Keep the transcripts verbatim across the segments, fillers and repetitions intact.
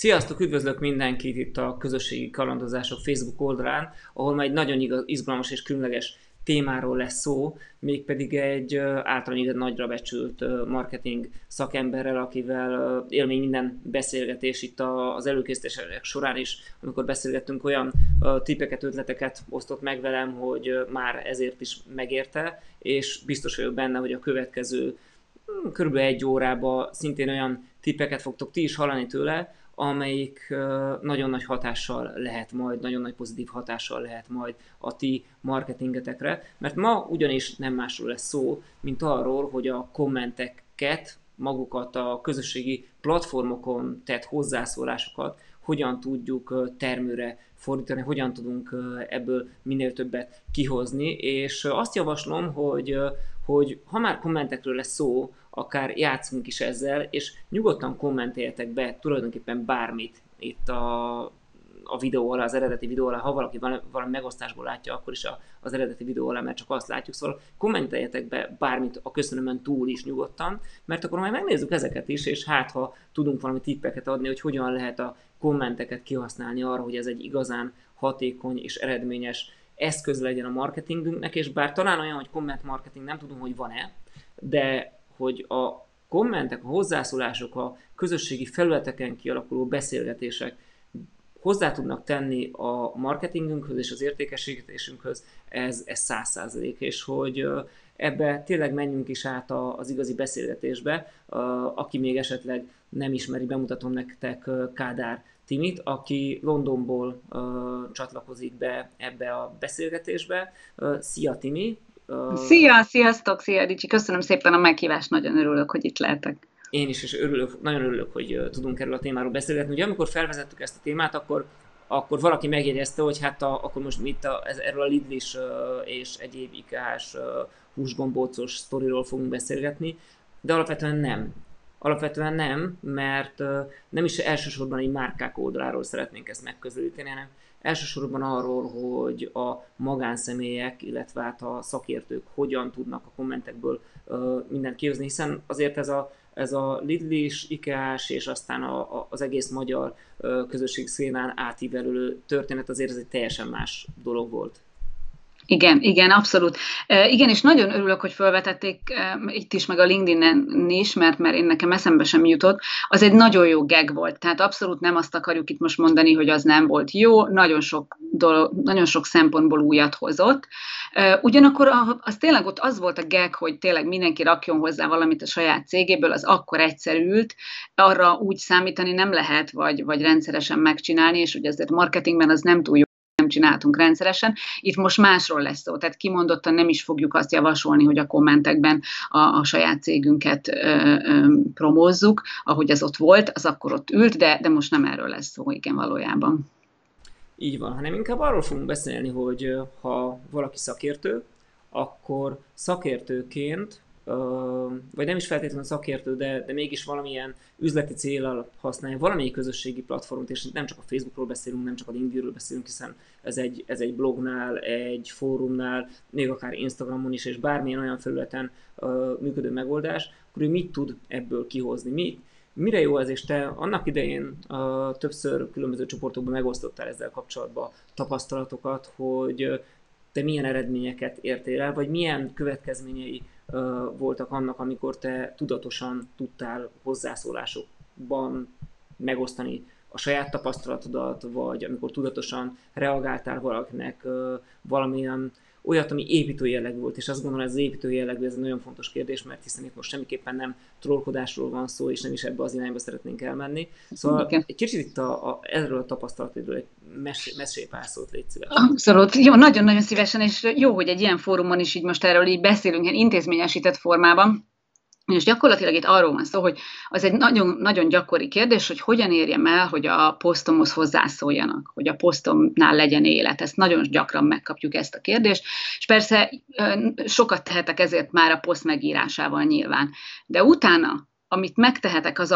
Sziasztok, üdvözlök mindenkit itt a Közösségi Kalandozások Facebook oldalán, ahol már egy nagyon igaz, izgalmas és különleges témáról lesz szó, mégpedig egy általán nagyra becsült marketing szakemberrel, akivel élmény minden beszélgetés itt az előkészítések során is, amikor beszélgettünk, olyan tippeket, ötleteket osztott meg velem, hogy már ezért is megérte, és biztos vagyok benne, hogy a következő körülbelül egy órában szintén olyan tippeket fogtok ti is hallani tőle, amelyik nagyon nagy hatással lehet majd, nagyon nagy pozitív hatással lehet majd a ti marketingetekre, mert ma ugyanis nem másról lesz szó, mint arról, hogy a kommenteket, magukat a közösségi platformokon tett hozzászólásokat hogyan tudjuk termőre fordítani, hogyan tudunk ebből minél többet kihozni, és azt javaslom, hogy, hogy ha már kommentekről lesz szó, akár játszunk is ezzel, és nyugodtan kommenteljetek be tulajdonképpen bármit itt a, a videó alá, az eredeti videó alá, ha valaki valami megosztásból látja, akkor is a, az eredeti videó alá, mert csak azt látjuk, szóval kommenteljetek be bármit a köszönömön túl is nyugodtan, mert akkor majd megnézzük ezeket is, és hát ha tudunk valami tippeket adni, hogy hogyan lehet a kommenteket kihasználni arra, hogy ez egy igazán hatékony és eredményes eszköz legyen a marketingünknek, és bár talán olyan, hogy komment marketing, nem tudom, hogy van-e, de hogy a kommentek, a hozzászólások, a közösségi felületeken kialakuló beszélgetések hozzá tudnak tenni a marketingünkhöz és az értékesítésünkhöz, ez, ez száz százalék, és hogy ebbe tényleg menjünk is át az igazi beszélgetésbe. Aki még esetleg nem ismeri, bemutatom nektek Kádár Timit, aki Londonból csatlakozik be ebbe a beszélgetésbe. Szia Timi! Szia, sziasztok, szia Ricsi, köszönöm szépen a meghívást, nagyon örülök, hogy itt lehetek. Én is, és örülök, nagyon örülök, hogy tudunk erről a témáról beszélgetni. Ugye amikor felvezettük ezt a témát, akkor, akkor valaki megjegyezte, hogy hát a, akkor most mit a, ez, erről a Lidl-is és egyéb ikás húsgombócos sztoriról fogunk beszélgetni, de alapvetően nem. Alapvetően nem, mert nem is elsősorban egy márkák oldaláról szeretnénk ezt megközelíteni, hanem elsősorban arról, hogy a magánszemélyek, illetve hát a szakértők hogyan tudnak a kommentekből mindent kihozni, hiszen azért ez a, ez a Lidl-is, ikás és aztán a, a, az egész magyar közösség szénán átívelő történet azért ez egy teljesen más dolog volt. Igen, igen, abszolút. Uh, igen, és nagyon örülök, hogy felvetették uh, itt is, meg a LinkedIn-en is, mert, mert én nekem eszembe sem jutott. Az egy nagyon jó gag volt, tehát abszolút nem azt akarjuk itt most mondani, hogy az nem volt jó, nagyon sok, dolog, nagyon sok szempontból újat hozott. Uh, ugyanakkor az tényleg ott az volt a gag, hogy tényleg mindenki rakjon hozzá valamit a saját cégéből, az akkor egyszerült, arra úgy számítani nem lehet, vagy, vagy rendszeresen megcsinálni, és ugye azért marketingben az nem túl jó, nem csináltunk rendszeresen. Itt most másról lesz szó, tehát kimondottan nem is fogjuk azt javasolni, hogy a kommentekben a, a saját cégünket ö, ö, promózzuk, ahogy ez ott volt, az akkor ott ült, de, de most nem erről lesz szó, igen, valójában. Így van, hanem inkább arról fogunk beszélni, hogy ha valaki szakértő, akkor szakértőként, vagy nem is feltétlenül szakértő, de, de mégis valamilyen üzleti céllal használja valamelyik közösségi platformot, és nem csak a Facebookról beszélünk, nem csak a LinkedInről beszélünk, hiszen ez egy, ez egy blognál, egy fórumnál, még akár Instagramon is, és bármilyen olyan felületen uh, működő megoldás, akkor ő mit tud ebből kihozni, mit, mire jó ez, és te annak idején uh, többször különböző csoportokban megosztottál ezzel kapcsolatban tapasztalatokat, hogy te milyen eredményeket értél el, vagy milyen következményei uh, voltak annak, amikor te tudatosan tudtál hozzászólásokban megosztani a saját tapasztalatodat, vagy amikor tudatosan reagáltál valakinek uh, valamilyen olyat, ami építő jellegű volt, és azt gondolom, ez az építő jellegű, ez egy nagyon fontos kérdés, mert hiszen itt most semmiképpen nem trollkodásról van szó, és nem is ebbe az irányba szeretnénk elmenni. Szóval igen. Egy kicsit itt a, a, erről a tapasztalatodról egy mesélj pár szót, légy szíves. Abszolút, jó, nagyon-nagyon szívesen, és jó, hogy egy ilyen fórumon is így most erről így beszélünk, ilyen intézményesített formában. És gyakorlatilag itt arról van szó, hogy az egy nagyon, nagyon gyakori kérdés, hogy hogyan érjem el, hogy a posztomhoz hozzászóljanak, hogy a posztomnál legyen élet. Ezt nagyon gyakran megkapjuk ezt a kérdést, és persze sokat tehetek ezért már a poszt megírásával nyilván. De utána, amit megtehetek, az az,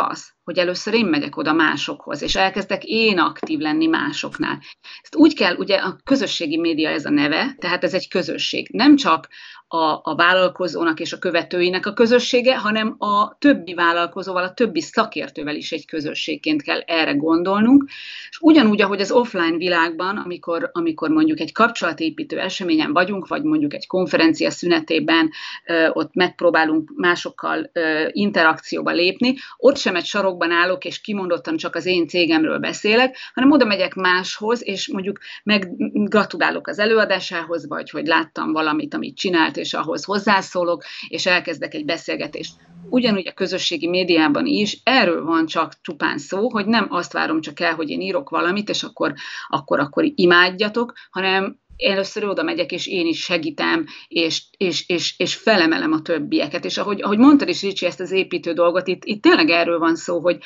hogy először én megyek oda másokhoz, és elkezdek én aktív lenni másoknál. Ezt úgy kell, ugye a közösségi média ez a neve, tehát ez egy közösség. Nem csak a, a vállalkozónak és a követőinek a közössége, hanem a többi vállalkozóval, a többi szakértővel is egy közösségként kell erre gondolnunk. És ugyanúgy, ahogy az offline világban, amikor, amikor mondjuk egy kapcsolatépítő eseményen vagyunk, vagy mondjuk egy konferencia szünetében ö, ott megpróbálunk másokkal ö, interakcióba lépni, ott sem egy sarokban állok, és kimondottan csak az én cégemről beszélek, hanem oda megyek máshoz, és mondjuk meggratulálok az előadásához, vagy hogy láttam valamit, amit csinált, és ahhoz hozzászólok, és elkezdek egy beszélgetést. Ugyanúgy a közösségi médiában is erről van csak csupán szó, hogy nem azt várom csak el, hogy én írok valamit, és akkor, akkor, akkor imádjatok, hanem először oda megyek, és én is segítem, és, és, és, és felemelem a többieket. És ahogy, ahogy mondtad is, Ricsi, ezt az építő dolgot, itt, itt tényleg erről van szó, hogy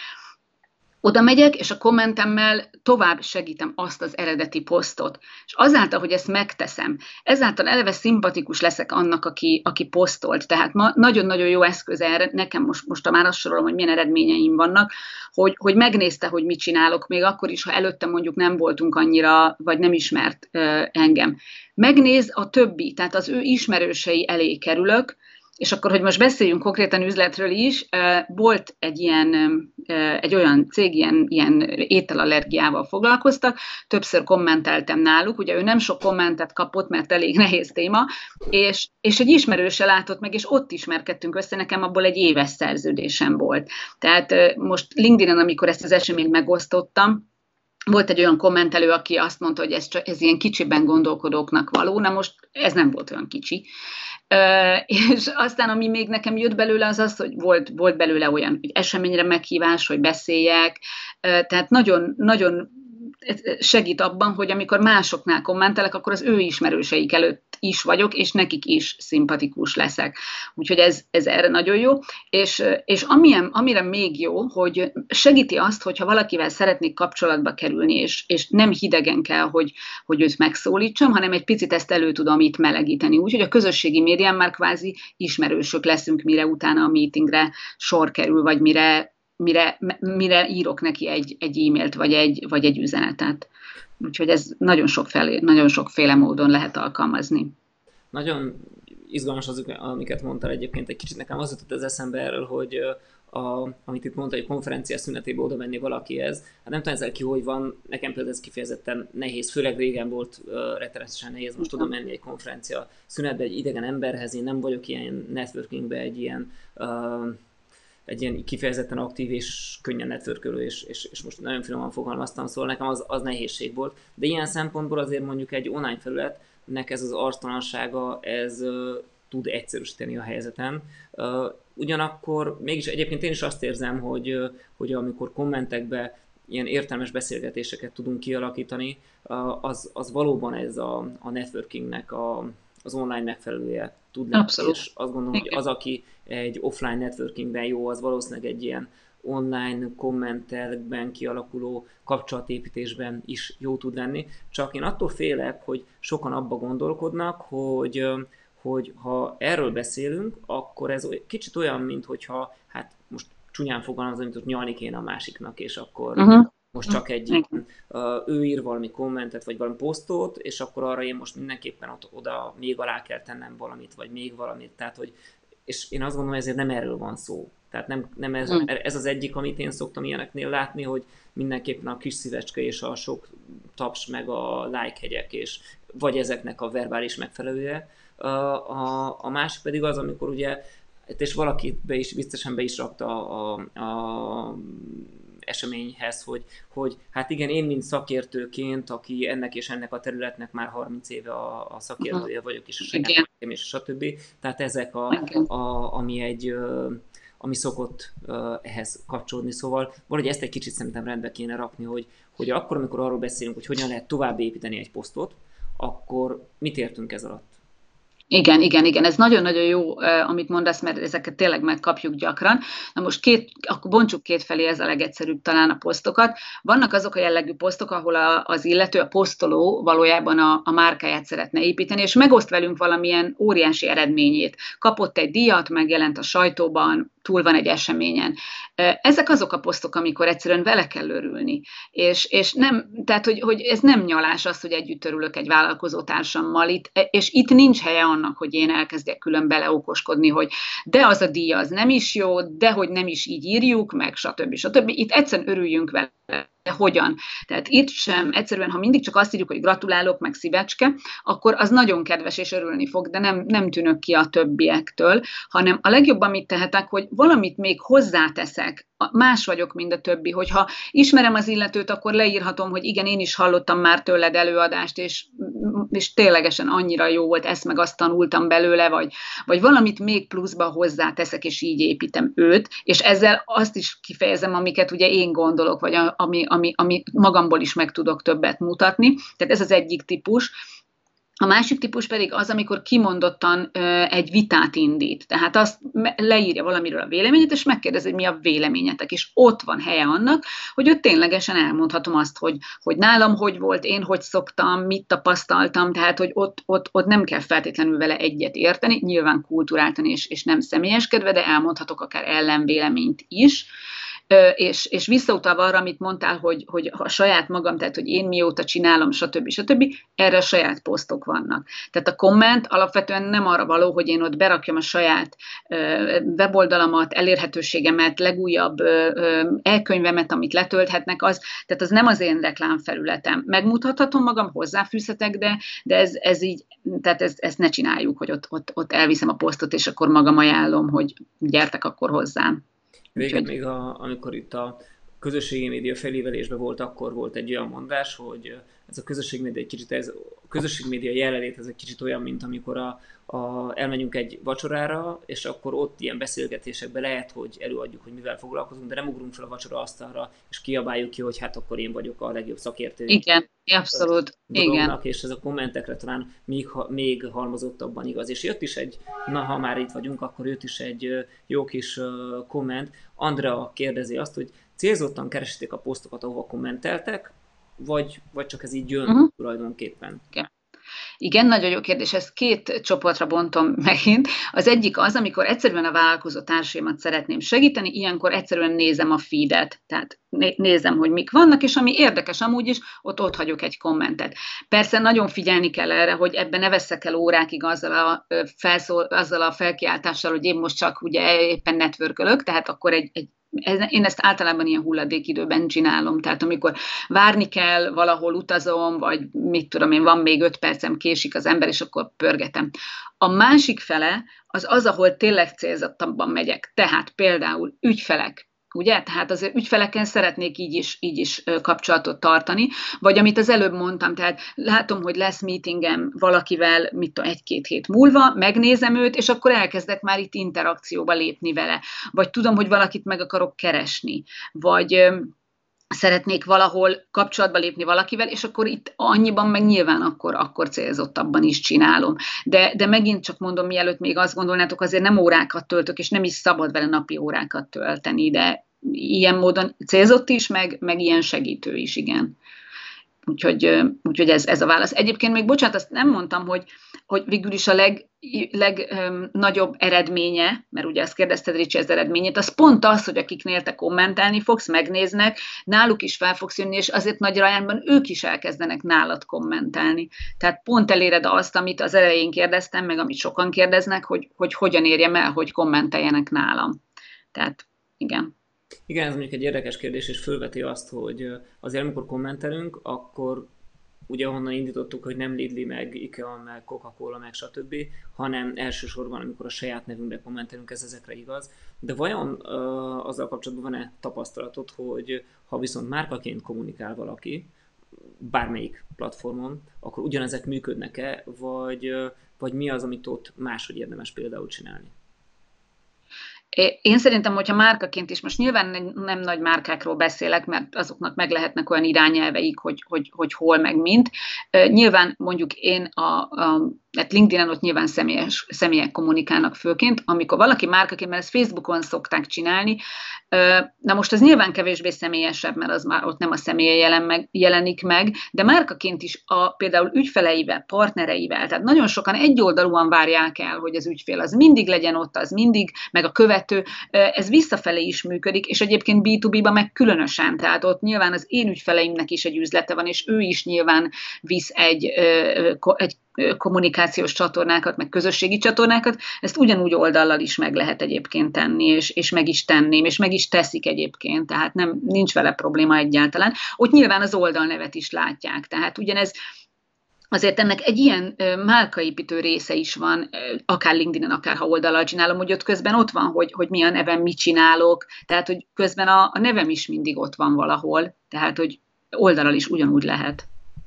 oda megyek, és a kommentemmel tovább segítem azt az eredeti posztot. És azáltal, hogy ezt megteszem, ezáltal eleve szimpatikus leszek annak, aki, aki posztolt. Tehát ma nagyon-nagyon jó eszköz erre, nekem most, most már azt sorolom, hogy milyen eredményeim vannak, hogy, hogy megnézte, hogy mit csinálok, még akkor is, ha előtte mondjuk nem voltunk annyira, vagy nem ismert uh, engem. Megnéz a többi, tehát az ő ismerősei elé kerülök, és akkor, hogy most beszéljünk konkrétan üzletről is, volt egy, ilyen, egy olyan cég, ilyen, ilyen ételallergiával foglalkoztak, többször kommenteltem náluk, ugye ő nem sok kommentet kapott, mert elég nehéz téma, és, és egy ismerőse látott meg, és ott ismerkedtünk össze, nekem abból egy éves szerződésem volt. Tehát most LinkedIn-en, amikor ezt az eseményt megosztottam, volt egy olyan kommentelő, aki azt mondta, hogy ez, csak, ez ilyen kicsiben gondolkodóknak való, na most ez nem volt olyan kicsi. Uh, és aztán, ami még nekem jött belőle, az az, hogy volt, volt belőle olyan hogy eseményre meghívás, hogy beszéljek, uh, tehát nagyon, nagyon segít abban, hogy amikor másoknál kommentelek, akkor az ő ismerőseik előtt is vagyok, és nekik is szimpatikus leszek. Úgyhogy ez, ez erre nagyon jó. És, és amilyen, amire még jó, hogy segíti azt, hogyha valakivel szeretnék kapcsolatba kerülni, és, és nem hidegen kell, hogy, hogy őt megszólítsam, hanem egy picit ezt elő tudom itt melegíteni. Úgyhogy a közösségi médián már kvázi ismerősök leszünk, mire utána a meetingre sor kerül, vagy mire Mire, mire írok neki egy, egy e-mailt, vagy egy, vagy egy üzenetet. Úgyhogy ez nagyon sokféle, nagyon sokféle módon lehet alkalmazni. Nagyon izgalmas az, amiket mondtál egyébként. Egy kicsit nekem az jutott az eszembe erről, hogy a, amit itt mondta, hogy konferencia szünetében oda menni valakihez. Hát nem tudom ezzel ki, hogy van. Nekem például ez kifejezetten nehéz, főleg régen volt uh, rettenetesen nehéz most oda menni egy konferencia szünetbe egy idegen emberhez. Én nem vagyok ilyen networkingben egy ilyen uh, egy ilyen kifejezetten aktív és könnyen networkölő, és, és, és most nagyon finoman fogalmaztam, szóval nekem az, az nehézség volt. De ilyen szempontból azért mondjuk egy online felületnek ez az arctalansága, ez uh, tud egyszerűsíteni a helyzeten. Uh, ugyanakkor mégis egyébként én is azt érzem, hogy, uh, hogy amikor kommentekbe ilyen értelmes beszélgetéseket tudunk kialakítani, uh, az, az valóban ez a, a networkingnek a az online megfelelője tud lenni. Abszolút. És azt gondolom, hogy az, aki egy offline networkingben jó, az valószínűleg egy ilyen online kommentelben kialakuló kapcsolatépítésben is jó tud lenni. Csak én attól félek, hogy sokan abba gondolkodnak, hogy, hogy ha erről beszélünk, akkor ez kicsit olyan, mint hogyha, hát most csúnyán fogalmazom, mint hogy nyalni kéne a másiknak, és akkor uh-huh. most csak egy ilyen, ő ír valami kommentet, vagy valami posztot, és akkor arra én most mindenképpen ott, oda még alá kell tennem valamit, vagy még valamit. Tehát, hogy, és én azt gondolom, hogy ezért nem erről van szó. Tehát nem, nem ez, ez az egyik, amit én szoktam ilyeneknél látni, hogy mindenképpen a kis szívecske és a sok taps, meg a like hegyek, és vagy ezeknek a verbális megfelelője. A, a, a másik pedig az, amikor ugye, és valaki be is, biztosan be is rakta a, a, a eseményhez, hogy, hogy hát igen, én mint szakértőként, aki ennek és ennek a területnek már harminc éve a, a szakértője vagyok, és a saját és stb. Tehát ezek, a, a, ami egy ami szokott ehhez kapcsolódni. Szóval valahogy ezt egy kicsit szerintem rendbe kéne rakni, hogy, hogy akkor, amikor arról beszélünk, hogy hogyan lehet tovább építeni egy posztot, akkor mit értünk ez alatt? Igen, igen, igen, ez nagyon-nagyon jó, amit mondasz, mert ezeket tényleg megkapjuk gyakran. Na most két, akkor bontsuk két felé, ez a legegyszerűbb talán a posztokat. Vannak azok a jellegű posztok, ahol a, az illető, a posztoló valójában a, a márkáját szeretne építeni, és megoszt velünk valamilyen óriási eredményét. Kapott egy díjat, megjelent a sajtóban, túl van egy eseményen. Ezek azok a posztok, amikor egyszerűen vele kell örülni. És, és nem, tehát, hogy, hogy ez nem nyalás az, hogy együtt örülök egy vállalkozótársammal itt, és itt nincs helye annak, hogy én elkezdjek külön beleokoskodni, hogy de az a díj az nem is jó, de hogy nem is így írjuk, meg stb. stb. Itt egyszerűen örüljünk vele. De hogyan? Tehát itt sem, egyszerűen, ha mindig csak azt írjuk, hogy gratulálok, meg szívecske, akkor az nagyon kedves és örülni fog, de nem, nem tűnök ki a többiektől, hanem a legjobb, amit tehetek, hogy valamit még hozzáteszek, más vagyok, mint a többi, hogyha ismerem az illetőt, akkor leírhatom, hogy igen, én is hallottam már tőled előadást, és, és ténylegesen annyira jó volt, ezt meg azt tanultam belőle, vagy, vagy valamit még pluszba hozzáteszek, és így építem őt, és ezzel azt is kifejezem, amiket ugye én gondolok, vagy a, ami, ami, ami magamból is meg tudok többet mutatni. Tehát ez az egyik típus. A másik típus pedig az, amikor kimondottan ö, egy vitát indít. Tehát azt leírja valamiről a véleményét, és megkérdezi, hogy mi a véleményetek. És ott van helye annak, hogy ott ténylegesen elmondhatom azt, hogy, hogy nálam hogy volt, én hogy szoktam, mit tapasztaltam, tehát hogy ott, ott, ott nem kell feltétlenül vele egyet érteni, nyilván kulturáltan és, és nem személyeskedve, de elmondhatok akár ellenvéleményt is. És, és visszautalva arra, amit mondtál, hogy, hogy a saját magam, tehát hogy én mióta csinálom, stb. stb., erre a saját posztok vannak. Tehát a komment alapvetően nem arra való, hogy én ott berakjam a saját weboldalamat, elérhetőségemet, legújabb e-könyvemet, amit letölthetnek, az, tehát az nem az én reklámfelületem. Megmutathatom magam, hozzáfűzhetek, de, de ez, ez így, tehát ez, ezt ne csináljuk, hogy ott, ott, ott elviszem a posztot, és akkor magam ajánlom, hogy gyertek akkor hozzám. Régen még, a, amikor itt a közösségi média felévelésben volt, akkor volt egy olyan mondás, hogy ez a közösségi média egy kicsit, ez a közösségi média jelenlét, ez egy kicsit olyan, mint amikor a, a, elmegyünk egy vacsorára, és akkor ott ilyen beszélgetésekben lehet, hogy előadjuk, hogy mivel foglalkozunk, de nem ugrunk fel a vacsora asztalra, és kiabáljuk ki, hogy hát akkor én vagyok a legjobb szakértő. Igen, abszolút. Igen. És ez a kommentekre talán még, még halmozottabban igaz. És jött is egy, na ha már itt vagyunk, akkor jött is egy jó kis komment. Andrea kérdezi azt, hogy célzottan keresitek a posztokat, ahova kommenteltek, vagy, vagy csak ez így jön uh-huh. tulajdonképpen? Igen. Igen, nagyon jó kérdés. Ezt két csoportra bontom megint. Az egyik az, amikor egyszerűen a vállalkozó társaimat szeretném segíteni, ilyenkor egyszerűen nézem a feedet, tehát nézem, hogy mik vannak, és ami érdekes amúgy is, ott ott hagyok egy kommentet. Persze nagyon figyelni kell erre, hogy ebben ne veszek el órákig azzal a, felszól, azzal a felkiáltással, hogy én most csak ugye éppen networkölök, tehát akkor egy, egy én ezt általában ilyen hulladékidőben csinálom, tehát amikor várni kell, valahol utazom, vagy mit tudom én, van még öt percem, késik az ember, és akkor pörgetem. A másik fele az az, ahol tényleg célzottabban megyek, tehát például ügyfelek. Ugye? Tehát az ügyfeleken szeretnék így is, így is kapcsolatot tartani, vagy amit az előbb mondtam, tehát látom, hogy lesz meetingem valakivel, mit tudom, egy-két hét múlva, megnézem őt, és akkor elkezdek már itt interakcióba lépni vele, vagy tudom, hogy valakit meg akarok keresni, vagy szeretnék valahol kapcsolatba lépni valakivel, és akkor itt annyiban meg nyilván akkor, akkor célzottabban is csinálom. De, de megint csak mondom, mielőtt még azt gondolnátok, azért nem órákat töltök, és nem is szabad vele napi órákat tölteni, de ilyen módon célzott is, meg, meg ilyen segítő is, igen. Úgyhogy, úgyhogy ez, ez a válasz. Egyébként még, bocsánat, azt nem mondtam, hogy, hogy végül is a leg, legnagyobb eredménye, mert ugye azt kérdezted, Ricsi, az eredményét, az pont az, hogy akiknél te kommentelni fogsz, megnéznek, náluk is fel fogsz jönni, és azért nagy arányban ők is elkezdenek nálad kommentelni. Tehát pont eléred azt, amit az elején kérdeztem, meg amit sokan kérdeznek, hogy, hogy hogyan érjem el, hogy kommenteljenek nálam. Tehát igen. Igen, ez mondjuk egy érdekes kérdés, és fölveti azt, hogy azért amikor kommentelünk, akkor ugye onnan indítottuk, hogy nem Lidl, meg IKEA, meg Coca-Cola, meg stb., hanem elsősorban, amikor a saját nevünkbe kommentelünk, ez ezekre igaz. De vajon uh, azzal kapcsolatban van-e tapasztalatod, hogy ha viszont márkaként kommunikál valaki, bármelyik platformon, akkor ugyanezek működnek-e, vagy, vagy mi az, amit ott máshogy érdemes például csinálni? Én szerintem, hogyha márkaként is, most nyilván nem nagy márkákról beszélek, mert azoknak meg lehetnek olyan irányelveik, hogy, hogy, hogy hol meg mint. Nyilván mondjuk én a, a Tehát LinkedIn-en ott nyilván személyes, személyek kommunikálnak főként, amikor valaki márkaként, mert ezt Facebookon szokták csinálni, na most ez nyilván kevésbé személyesebb, mert az már ott nem a személye jelen meg, jelenik meg, de márkaként is a, például ügyfeleivel, partnereivel, tehát nagyon sokan egyoldalúan várják el, hogy az ügyfél az mindig legyen ott, az mindig, meg a követő, ez visszafelé is működik, és egyébként bé kettő bé-ben meg különösen, tehát ott nyilván az én ügyfeleimnek is egy üzlete van, és ő is nyilván visz egy, egy kommunikációs csatornákat, meg közösségi csatornákat, ezt ugyanúgy oldallal is meg lehet egyébként tenni, és, és meg is tenném, és meg is teszik egyébként, tehát nem, nincs vele probléma egyáltalán. Ott nyilván az oldalnevet is látják, tehát ugyanez azért ennek egy ilyen márkaépítő része is van, akár LinkedIn-en, akár ha oldallal csinálom, hogy ott közben ott van, hogy, hogy mi a nevem, mit csinálok, tehát hogy közben a, a nevem is mindig ott van valahol, tehát hogy oldalal is ugyanúgy lehet.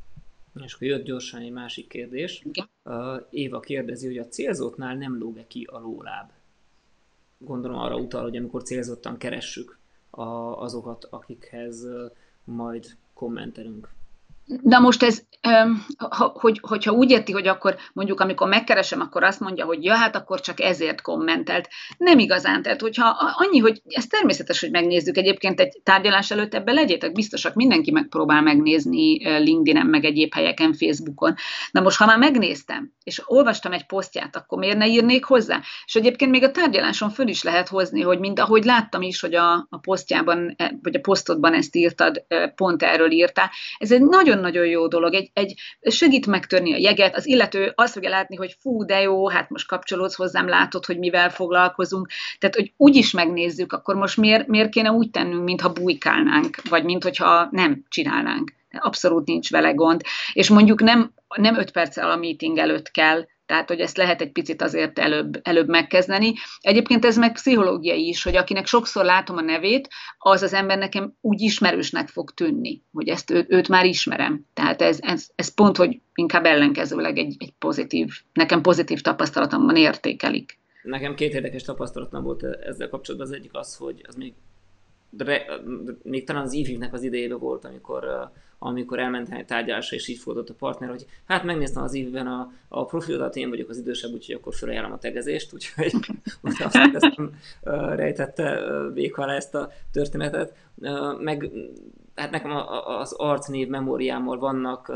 És akkor jött gyorsan egy másik kérdés. Uh, Éva kérdezi, hogy a célzottnál nem lóg-e ki a lóláb? Gondolom arra utal, hogy amikor célzottan keressük a, azokat, akikhez uh, majd kommentelünk. Na most ez, hogy, hogyha úgy érti, hogy akkor mondjuk amikor megkeresem, akkor azt mondja, hogy ja, hát akkor csak ezért kommentelt. Nem igazán, tehát hogyha annyi, hogy ez természetes, hogy megnézzük egyébként egy tárgyalás előtt, ebben legyétek biztosak, mindenki megpróbál megnézni LinkedIn-en, meg egyéb helyeken, Facebookon. Na most, ha már megnéztem, és olvastam egy posztját, akkor miért ne írnék hozzá? És egyébként még a tárgyaláson föl is lehet hozni, hogy mind ahogy láttam is, hogy a, a posztjában, vagy a posztodban ezt írtad, pont erről írtál. Ez egy nagyon-nagyon jó dolog, egy, egy segít megtörni a jeget, az illető azt fogja látni, hogy fú, de jó, hát most kapcsolódsz hozzám, látod, hogy mivel foglalkozunk, tehát hogy úgy is megnézzük, akkor most miért, miért kéne úgy tennünk, mintha bujkálnánk, vagy mintha nem csinálnánk. Abszolút nincs vele gond, és mondjuk nem, nem öt perccel a meeting előtt kell, tehát, hogy ezt lehet egy picit azért előbb, előbb megkezdeni. Egyébként ez meg pszichológiai is, hogy akinek sokszor látom a nevét, az az ember nekem úgy ismerősnek fog tűnni, hogy ezt ő, őt már ismerem. Tehát ez, ez, ez pont, hogy inkább ellenkezőleg egy, egy pozitív, nekem pozitív tapasztalatomban értékelik. Nekem két érdekes tapasztalatom volt ezzel kapcsolatban. Az egyik az, hogy az még, de, még talán az ívívnek az idejében volt, amikor amikor elmentem egy tárgyalásra, és így fordult a partner, hogy hát megnéztem az évben a, a profilodat, én vagyok az idősebb, úgyhogy akkor felajánlom a tegezést, úgyhogy azt nem rejtette véka alá ezt a történetet. Meg hát nekem az arcnév memóriámmal vannak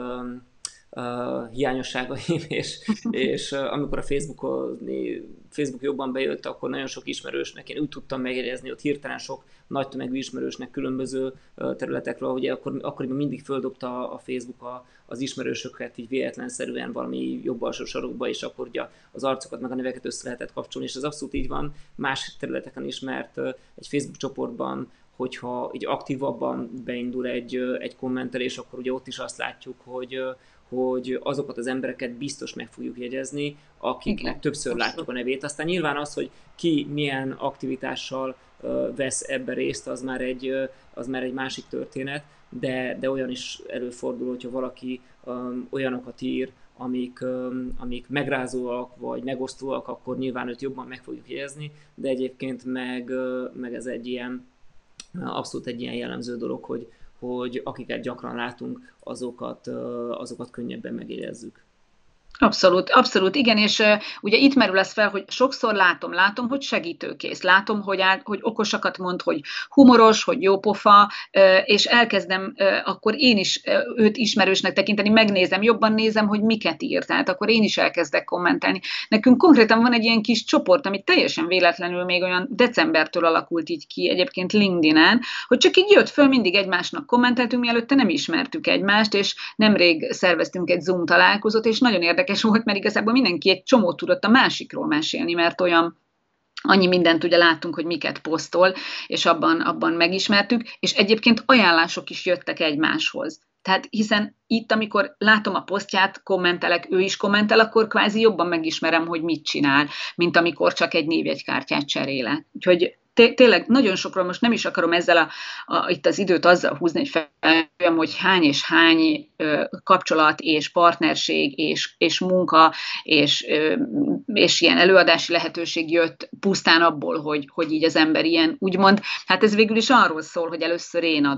Uh, hiányosságaim, és, és uh, amikor a Facebookon, Facebook jobban bejött, akkor nagyon sok ismerősnek, én úgy tudtam megjegyezni, ott hirtelen sok nagy tömegű ismerősnek különböző uh, területekről, ugye akkor, akkoriban mindig földobta a Facebook a, az ismerősöket így véletlenszerűen valami jobb alsó sarokba, és akkor ugye az arcokat meg a neveket össze lehetett kapcsolni, és ez abszolút így van más területeken is, mert uh, egy Facebook csoportban, hogyha így aktívabban beindul egy, egy kommentelés, akkor ugye ott is azt látjuk, hogy hogy azokat az embereket biztos meg fogjuk jegyezni, akiknek okay. többször Abszolút. Látjuk a nevét. Aztán nyilván az, hogy ki milyen aktivitással uh, vesz ebbe részt, az már egy, uh, az már egy másik történet, de, de olyan is előfordul, hogyha valaki um, olyanokat ír, amik, um, amik megrázóak vagy megosztóak, akkor nyilván őt jobban meg fogjuk jegyezni, de egyébként meg, uh, meg ez egy ilyen, uh, abszolút egy ilyen jellemző dolog, hogy hogy akiket gyakran látunk, azokat, azokat könnyebben megjegyezzük. Abszolút, abszolút, igen, és uh, ugye itt merül ez fel, hogy sokszor látom, látom, hogy segítőkész, látom, hogy, áll, hogy okosakat mond, hogy humoros, hogy jópofa, uh, és elkezdem uh, akkor én is uh, őt ismerősnek tekinteni, megnézem, jobban nézem, hogy miket ír, tehát akkor én is elkezdek kommentálni. Nekünk konkrétan van egy ilyen kis csoport, ami teljesen véletlenül még olyan decembertől alakult így ki egyébként LinkedIn-en, hogy csak így jött föl, mindig egymásnak kommenteltünk, mielőtte nem ismertük egymást, és nemrég szerveztünk egy Zoom találkozót, és nagyon érdekes volt, mert igazából mindenki egy csomót tudott a másikról mesélni, mert olyan annyi mindent ugye láttunk, hogy miket posztol, és abban, abban megismertük, és egyébként ajánlások is jöttek egymáshoz. Tehát hiszen itt, amikor látom a posztját, kommentelek, ő is kommentel, akkor kvázi jobban megismerem, hogy mit csinál, mint amikor csak egy névjegykártyát cserélek. Úgyhogy tényleg nagyon sokról most nem is akarom ezzel a, a, itt az időt azzal húzni, hogy feljöjjem, hogy hány és hány ö, kapcsolat és partnerség és, és munka és, ö, és ilyen előadási lehetőség jött pusztán abból, hogy, hogy így az ember ilyen úgymond, hát ez végül is arról szól, hogy először én adok.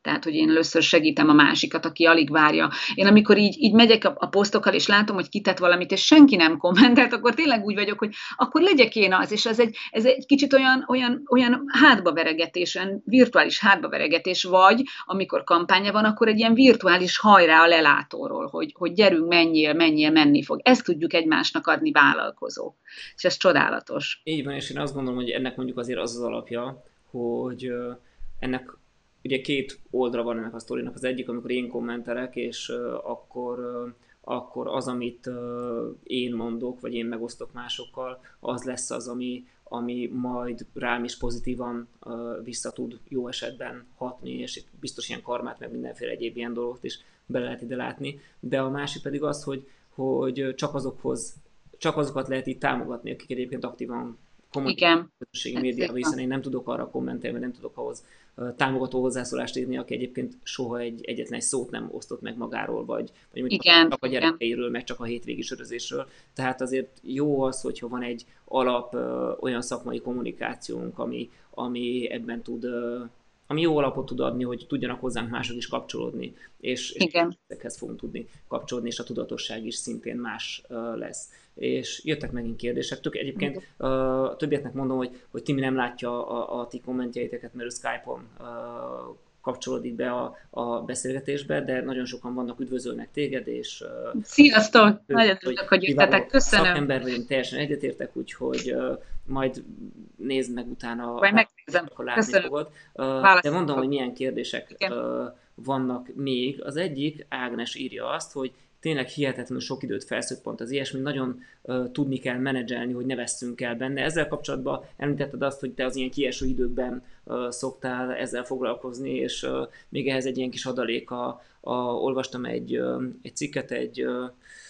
Tehát, hogy én először segítem a másikat, aki alig várja. Én amikor így, így megyek a, a posztokkal, és látom, hogy kitett valamit, és senki nem kommentelt, akkor tényleg úgy vagyok, hogy akkor legyek én az, és ez egy, ez egy kicsit olyan, olyan, olyan hátbaveregetés, olyan virtuális hátbaveregetés, vagy amikor kampánya van, akkor egy ilyen virtuális hajrá a lelátóról, hogy, hogy gyerünk, menjél, menjél, menni fog. Ezt tudjuk egymásnak adni vállalkozók. És ez csodálatos. Így van, és én azt gondolom, hogy ennek mondjuk azért az az alapja, hogy ennek ugye két oldala van ennek a sztorinak. Az egyik, amikor én kommentelek, és akkor, akkor az, amit én mondok, vagy én megosztok másokkal, az lesz az, ami, ami majd rám is pozitívan vissza tud jó esetben hatni, és itt biztos ilyen karmát, meg mindenféle egyéb ilyen dolgot is bele lehet ide látni. De a másik pedig az, hogy, hogy csak azokhoz, csak azokat lehet itt támogatni, akik egyébként aktívan kommunikálnak a közösségi médiában, hiszen én nem tudok arra kommentelni, nem tudok ahhoz támogató hozzászólást írni, aki egyébként soha egy egyetlen szót nem osztott meg magáról, vagy, vagy mondjuk igen, csak a gyerekeiről, meg csak a hétvégi sörözésről. Tehát azért jó az, hogyha van egy alap ö, olyan szakmai kommunikációnk, ami, ami ebben tud, ö, ami jó alapot tud adni, hogy tudjanak hozzánk mások is kapcsolódni, és, és ezekhez fogunk tudni kapcsolódni, és a tudatosság is szintén más ö, lesz. És jöttek megint kérdések. Tök egyébként uh, a többieknek mondom, hogy, hogy Timi nem látja a, a ti kommentjeiteket, mert ő Skype-on uh, kapcsolódik be a, a beszélgetésbe, de nagyon sokan vannak, üdvözölnek téged, és... Uh, Sziasztok! Ő, nagyon tudok, hogy jöttetek. Köszönöm. Szakember vagyunk, teljesen egyetértek, úgyhogy uh, majd nézd meg utána, majd megnézem. akkor látni Köszönöm. Fogod. Uh, de mondom, hogy milyen kérdések uh, vannak még. Az egyik, Ágnes írja azt, hogy tényleg hihetetlenül sok időt felszökkant az ilyesmi, nagyon uh, tudni kell menedzselni, hogy ne vesszünk el benne. Ezzel kapcsolatban említetted azt, hogy te az ilyen kieső időkben uh, szoktál ezzel foglalkozni, és uh, még ehhez egy ilyen kis adalék, a, a, olvastam egy, uh, egy cikket, egy uh,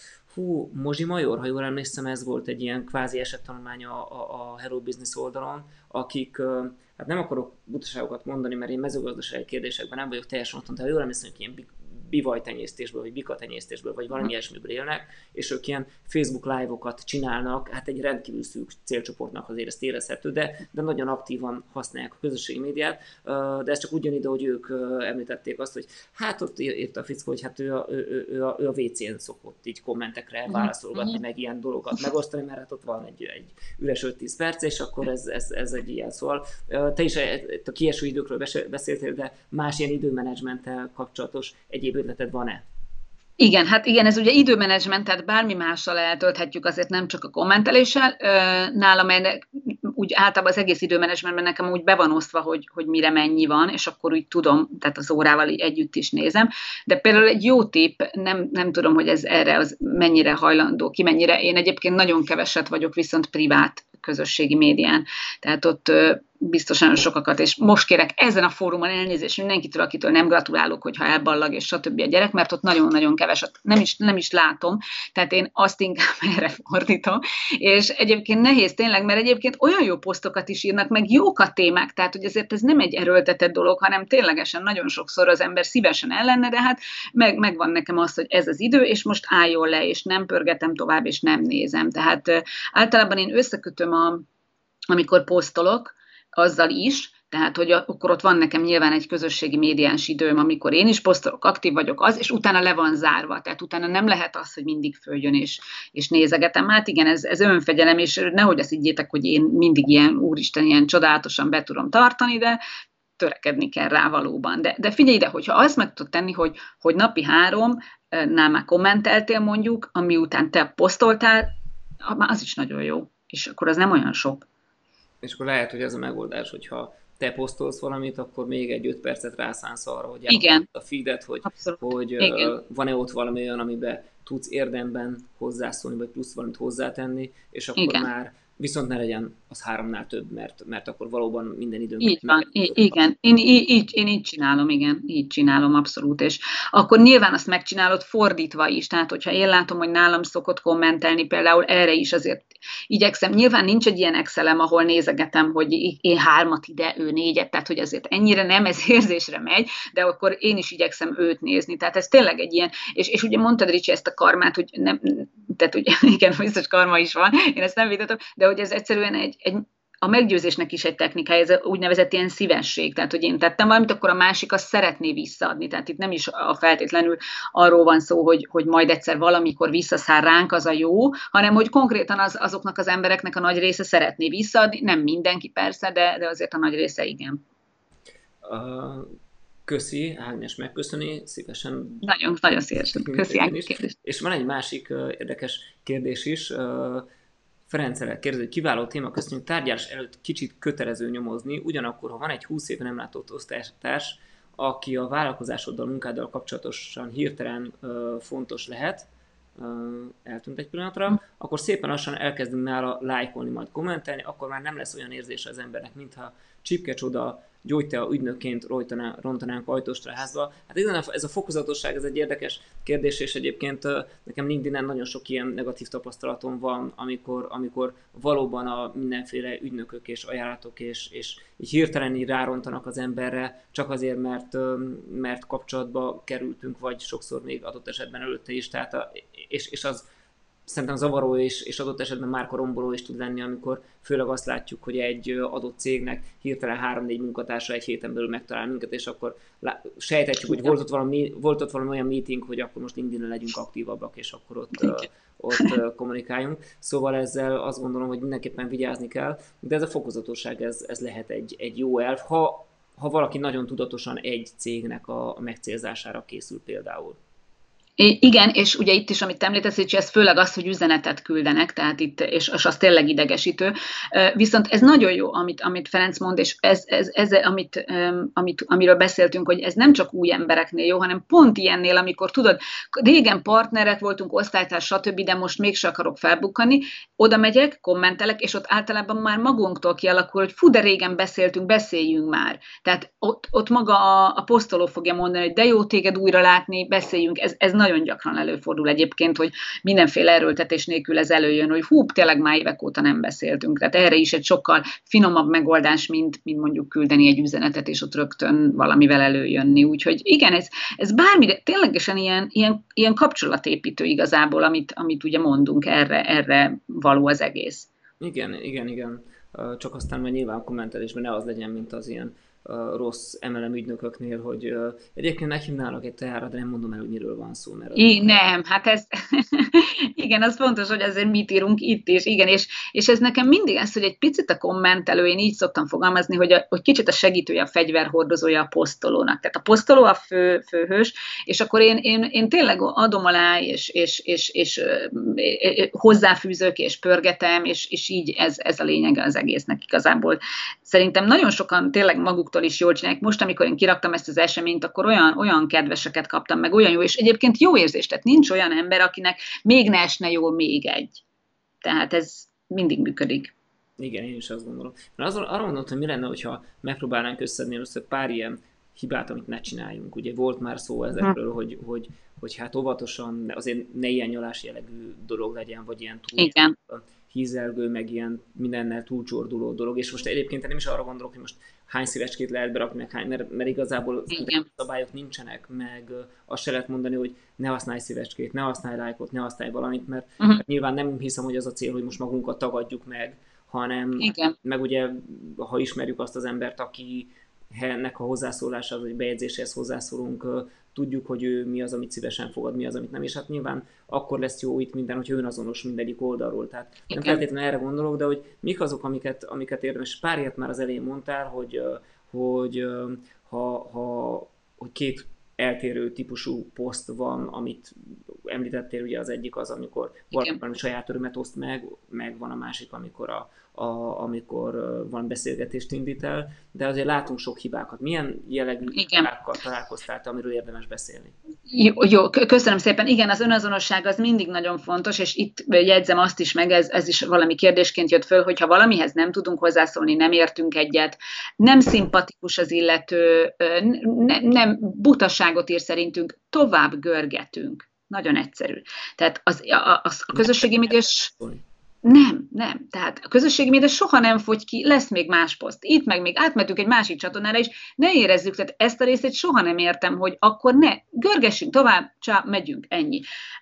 hú, Mozsi Major, ha jól emlékszem, ez volt egy ilyen kvázi esettanulmány a, a, a Hello Business oldalon, akik, uh, hát nem akarok butaságokat mondani, mert én mezőgazdasági kérdésekben nem vagyok teljesen otthon, de ha jól emlékszem, hogy ilyen bivajtenyésztésből, vagy bikatenyésztésből, vagy valami ilyesmiből élnek, és ők ilyen Facebook live-okat csinálnak, hát egy rendkívül szűk célcsoportnak azért ezt érezhető, de, de nagyon aktívan használják a közösségi médiát, de ez csak úgy jön ide, hogy ők említették azt, hogy hát ott írta a fickó, hogy hát ő a, ő, ő a, ő a vé cén szokott így kommentekre válaszolgatni, meg ilyen dolgokat megosztani, mert hát ott van egy, egy üres öt-tíz perc, és akkor ez, ez, ez egy ilyen. Szóval te is a kieső időkről beszéltél, de más ilyen időmenedzsmenttel kapcsolatos egyéb ötleted van-e? Igen, hát igen, ez ugye időmenedzsment, tehát bármi mással eltölthetjük, azért nem csak a kommenteléssel. Nálam ennek, úgy általában az egész időmenedzsmentben nekem úgy be van osztva, hogy, hogy mire mennyi van, és akkor úgy tudom, tehát az órával így együtt is nézem. De például egy jó tipp, nem, nem tudom, hogy ez erre az mennyire hajlandó ki, mennyire. Én egyébként nagyon keveset vagyok, viszont privát közösségi médián. Tehát ott biztosan sokakat, és most kérek ezen a fórumon elnézést mindenkitől, akitől nem gratulálok, hogyha elballag, és stb. A gyerek, mert ott nagyon-nagyon keveset, nem is, nem is látom, tehát én azt inkább erre fordítom, és egyébként nehéz tényleg, mert egyébként olyan jó posztokat is írnak, meg jók a témák, tehát hogy ezért ez nem egy erőltetett dolog, hanem ténylegesen nagyon sokszor az ember szívesen ellenne, de hát meg, megvan nekem az, hogy ez az idő, és most álljon le, és nem pörgetem tovább, és nem nézem. Tehát általában én összekötöm a, amikor posztolok, azzal is, tehát, hogy akkor ott van nekem nyilván egy közösségi médiás időm, amikor én is posztolok, aktív vagyok az, és utána le van zárva, tehát utána nem lehet az, hogy mindig följön és, és nézegetem. Hát igen, ez, ez önfegyelem, és nehogy azt higgyétek, hogy én mindig ilyen, úristen, ilyen csodálatosan be tudom tartani, de törekedni kell rá valóban. De, de figyelj ide, hogyha azt meg tudod tenni, hogy, hogy napi háromnál már kommenteltél mondjuk, ami után te posztoltál, az is nagyon jó, és akkor az nem olyan sok. És akkor lehet, hogy ez a megoldás, hogyha te posztolsz valamit, akkor még egy öt percet rászánsz arra, hogy elmondod a feedet, hogy, hogy uh, van-e ott valami olyan, amiben tudsz érdemben hozzászólni, vagy plusz valamit hozzátenni, és akkor Igen. már viszont ne legyen az háromnál több, mert, mert akkor valóban minden időnk... Így van, I- igen. Én így, én így csinálom, igen, így csinálom abszolút, és akkor nyilván azt megcsinálod fordítva is, tehát hogyha én látom, hogy nálam szokott kommentelni, például erre is azért igyekszem, nyilván nincs egy ilyen Excelem, ahol nézegetem, hogy én hármat ide, ő négyet, tehát hogy azért ennyire nem ez érzésre megy, de akkor én is igyekszem őt nézni, tehát ez tényleg egy ilyen, és, és ugye mondtad, Ricsi, ezt a karmát, hogy nem, tehát ugye, igen, biztos karma is van, én ezt nem vitatom, de hogy ez egyszerűen egy, egy a meggyőzésnek is egy technikája, ez úgynevezett ilyen szívesség, tehát hogy én tettem valamit, akkor a másik azt szeretné visszaadni, tehát itt nem is a feltétlenül arról van szó, hogy, hogy majd egyszer valamikor visszaszáll ránk, az a jó, hanem hogy konkrétan az, azoknak az embereknek a nagy része szeretné visszaadni, nem mindenki persze, de, de azért a nagy része igen. Uh, köszi, Ágnes megköszöni, szívesen. Nagyon, nagyon szívesen. Köszi, Ágnes kérdés. És van egy másik uh, érdekes kérdés is. Uh, Ferenc kérdezi, hogy kiváló téma, köszönjük, tárgyalás előtt kicsit kötelező nyomozni, ugyanakkor, ha van egy húsz éve nem látott osztálytárs, aki a vállalkozásoddal, munkáddal kapcsolatosan hirtelen uh, fontos lehet, uh, eltűnt egy pillanatra, mm. akkor szépen lassan elkezdünk nála lájkolni, majd kommentelni, akkor már nem lesz olyan érzése az embernek, mintha csipke csoda gyógytea ügynökként rontanánk ajtóstra házba. Hát igen, ez a fokozatosság, ez egy érdekes kérdés, és egyébként nekem LinkedIn-en nagyon sok ilyen negatív tapasztalatom van, amikor, amikor valóban a mindenféle ügynökök és ajánlatok és, és így hirtelen így rárontanak az emberre, csak azért, mert, mert kapcsolatba kerültünk, vagy sokszor még adott esetben előtte is, tehát a, és, és az szerintem zavaró és, és adott esetben márkaromboló is tud lenni, amikor főleg azt látjuk, hogy egy adott cégnek hirtelen három-négy munkatársa egy héten belül megtalál minket, és akkor sejtetjük, hogy volt ott, valami, volt ott valami olyan meeting, hogy akkor most LinkedIn-en legyünk aktívabbak, és akkor ott, ott kommunikáljunk. Szóval ezzel azt gondolom, hogy mindenképpen vigyázni kell, de ez a fokozatosság, ez, ez lehet egy, egy jó elv, ha, ha valaki nagyon tudatosan egy cégnek a megcélzására készül például. Igen, és ugye itt is, amit említesz, hogy ez főleg az, hogy üzenetet küldenek, tehát itt, és, és az tényleg idegesítő. Viszont ez nagyon jó, amit, amit Ferenc mond, és ez, ez, ez amit, amit, amiről beszéltünk, hogy ez nem csak új embereknél jó, hanem pont ilyennél, amikor tudod, régen partnerek voltunk, osztálytárs, stb., de most mégse akarok felbukkani, oda megyek, kommentelek, és ott általában már magunktól kialakul, hogy fú, de régen beszéltünk, beszéljünk már. Tehát ott, ott maga a, a posztoló fogja mondani, hogy de jó téged újra látni, beszéljünk, ez, ez nagyon gyakran előfordul egyébként, hogy mindenféle erőltetés nélkül ez előjön, hogy hú, tényleg már évek óta nem beszéltünk. Tehát erre is egy sokkal finomabb megoldás, mint, mint mondjuk küldeni egy üzenetet, és ott rögtön valamivel előjönni. Úgyhogy igen, ez, ez bármire, ténylegesen ilyen, ilyen, ilyen kapcsolatépítő igazából, amit, amit ugye mondunk, erre, erre való az egész. Igen, igen, igen. Csak aztán majd nyilván kommentelésben ne az legyen, mint az ilyen Uh, rossz em el em ügynököknél, hogy uh, egyébként meghívnálok egy teára, de nem mondom el, hogy miről van szó. Mert I, nem, hát ez, igen, az fontos, hogy azért mit írunk itt is, igen, és, és ez nekem mindig ez, hogy egy picit a kommentelő, én így szoktam fogalmazni, hogy, a, hogy kicsit a segítője, a fegyverhordozója a posztolónak. Tehát a posztoló a fő, főhős, és akkor én, én, én tényleg adom alá, és, és, és, és, és hozzáfűzök, és pörgetem, és, és így ez, ez a lényege az egésznek igazából. Szerintem nagyon sokan tényleg maguk is jól csinálják. Most, amikor én kiraktam ezt az eseményt, akkor olyan, olyan kedveseket kaptam, meg olyan jó, és egyébként jó érzés, tehát nincs olyan ember, akinek még ne esne jól még egy. Tehát ez mindig működik. Igen, én is azt gondolom. Mert azon, arra gondoltam, hogy mi lenne, hogyha megpróbálnánk összedni először pár ilyen hibát, amit ne csináljunk. Ugye volt már szó ezekről, hmm. hogy, hogy, hogy hát óvatosan, azért ne ilyen nyalás jellegű dolog legyen, vagy ilyen túl Igen. hízelgő, meg ilyen mindennel túlcsorduló dolog. És most egyébként nem is arra gondolok, hogy most hány szívecskét lehet berakni, meg hány, mert, mert igazából szabályok nincsenek, meg azt se lehet mondani, hogy ne használj szívecskét, ne használj lájkot, ne használj valamit, mert, uh-huh. mert nyilván nem hiszem, hogy az a cél, hogy most magunkat tagadjuk meg, hanem Igen. meg ugye, ha ismerjük azt az embert, akinek a hozzászólásához, vagy bejegyzéséhez hozzászólunk, tudjuk, hogy ő mi az, amit szívesen fogad, mi az, amit nem, és hát nyilván akkor lesz jó itt minden, hogy önazonos mindegyik oldalról. Tehát nem feltétlenül erre gondolok, de hogy mik azok, amiket, amiket érdemes. Pár ilyet már az elején mondtál, hogy, hogy ha, ha hogy két eltérő típusú poszt van, amit említettél, ugye az egyik az, amikor valami saját örömet oszt meg, meg van a másik, amikor, a, a, amikor van beszélgetést indít el, de azért látunk sok hibákat. Milyen jellegű Igen. hibákkal találkoztál, amiről érdemes beszélni? Jó, jó, köszönöm szépen. Igen, az önazonosság az mindig nagyon fontos, és itt jegyzem azt is meg, ez, ez is valami kérdésként jött föl, hogyha valamihez nem tudunk hozzászólni, nem értünk egyet, nem szimpatikus az illető, ne, nem butaságot ír szerintünk, tovább görgetünk. Nagyon egyszerű. Tehát az, az a közösségi médiás... Nem, nem. Tehát a közösségi média soha nem fogy ki, lesz még más poszt. Itt meg még átmentünk egy másik csatornára is, ne érezzük, tehát ezt a részét soha nem értem, hogy akkor ne, görgessünk tovább, csá, megyünk, ennyi.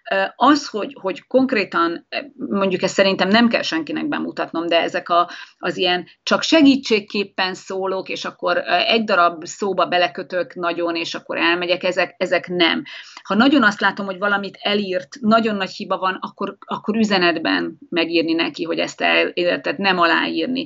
Az, hogy, hogy konkrétan, mondjuk ezt szerintem nem kell senkinek bemutatnom, de ezek a, az ilyen csak segítségképpen szólók, és akkor egy darab szóba belekötök nagyon, és akkor elmegyek, ezek, ezek nem. Ha nagyon azt látom, hogy valamit elírt, nagyon nagy hiba van, akkor, akkor üzenetben megírni neki, hogy ezt el, tehát nem aláírni.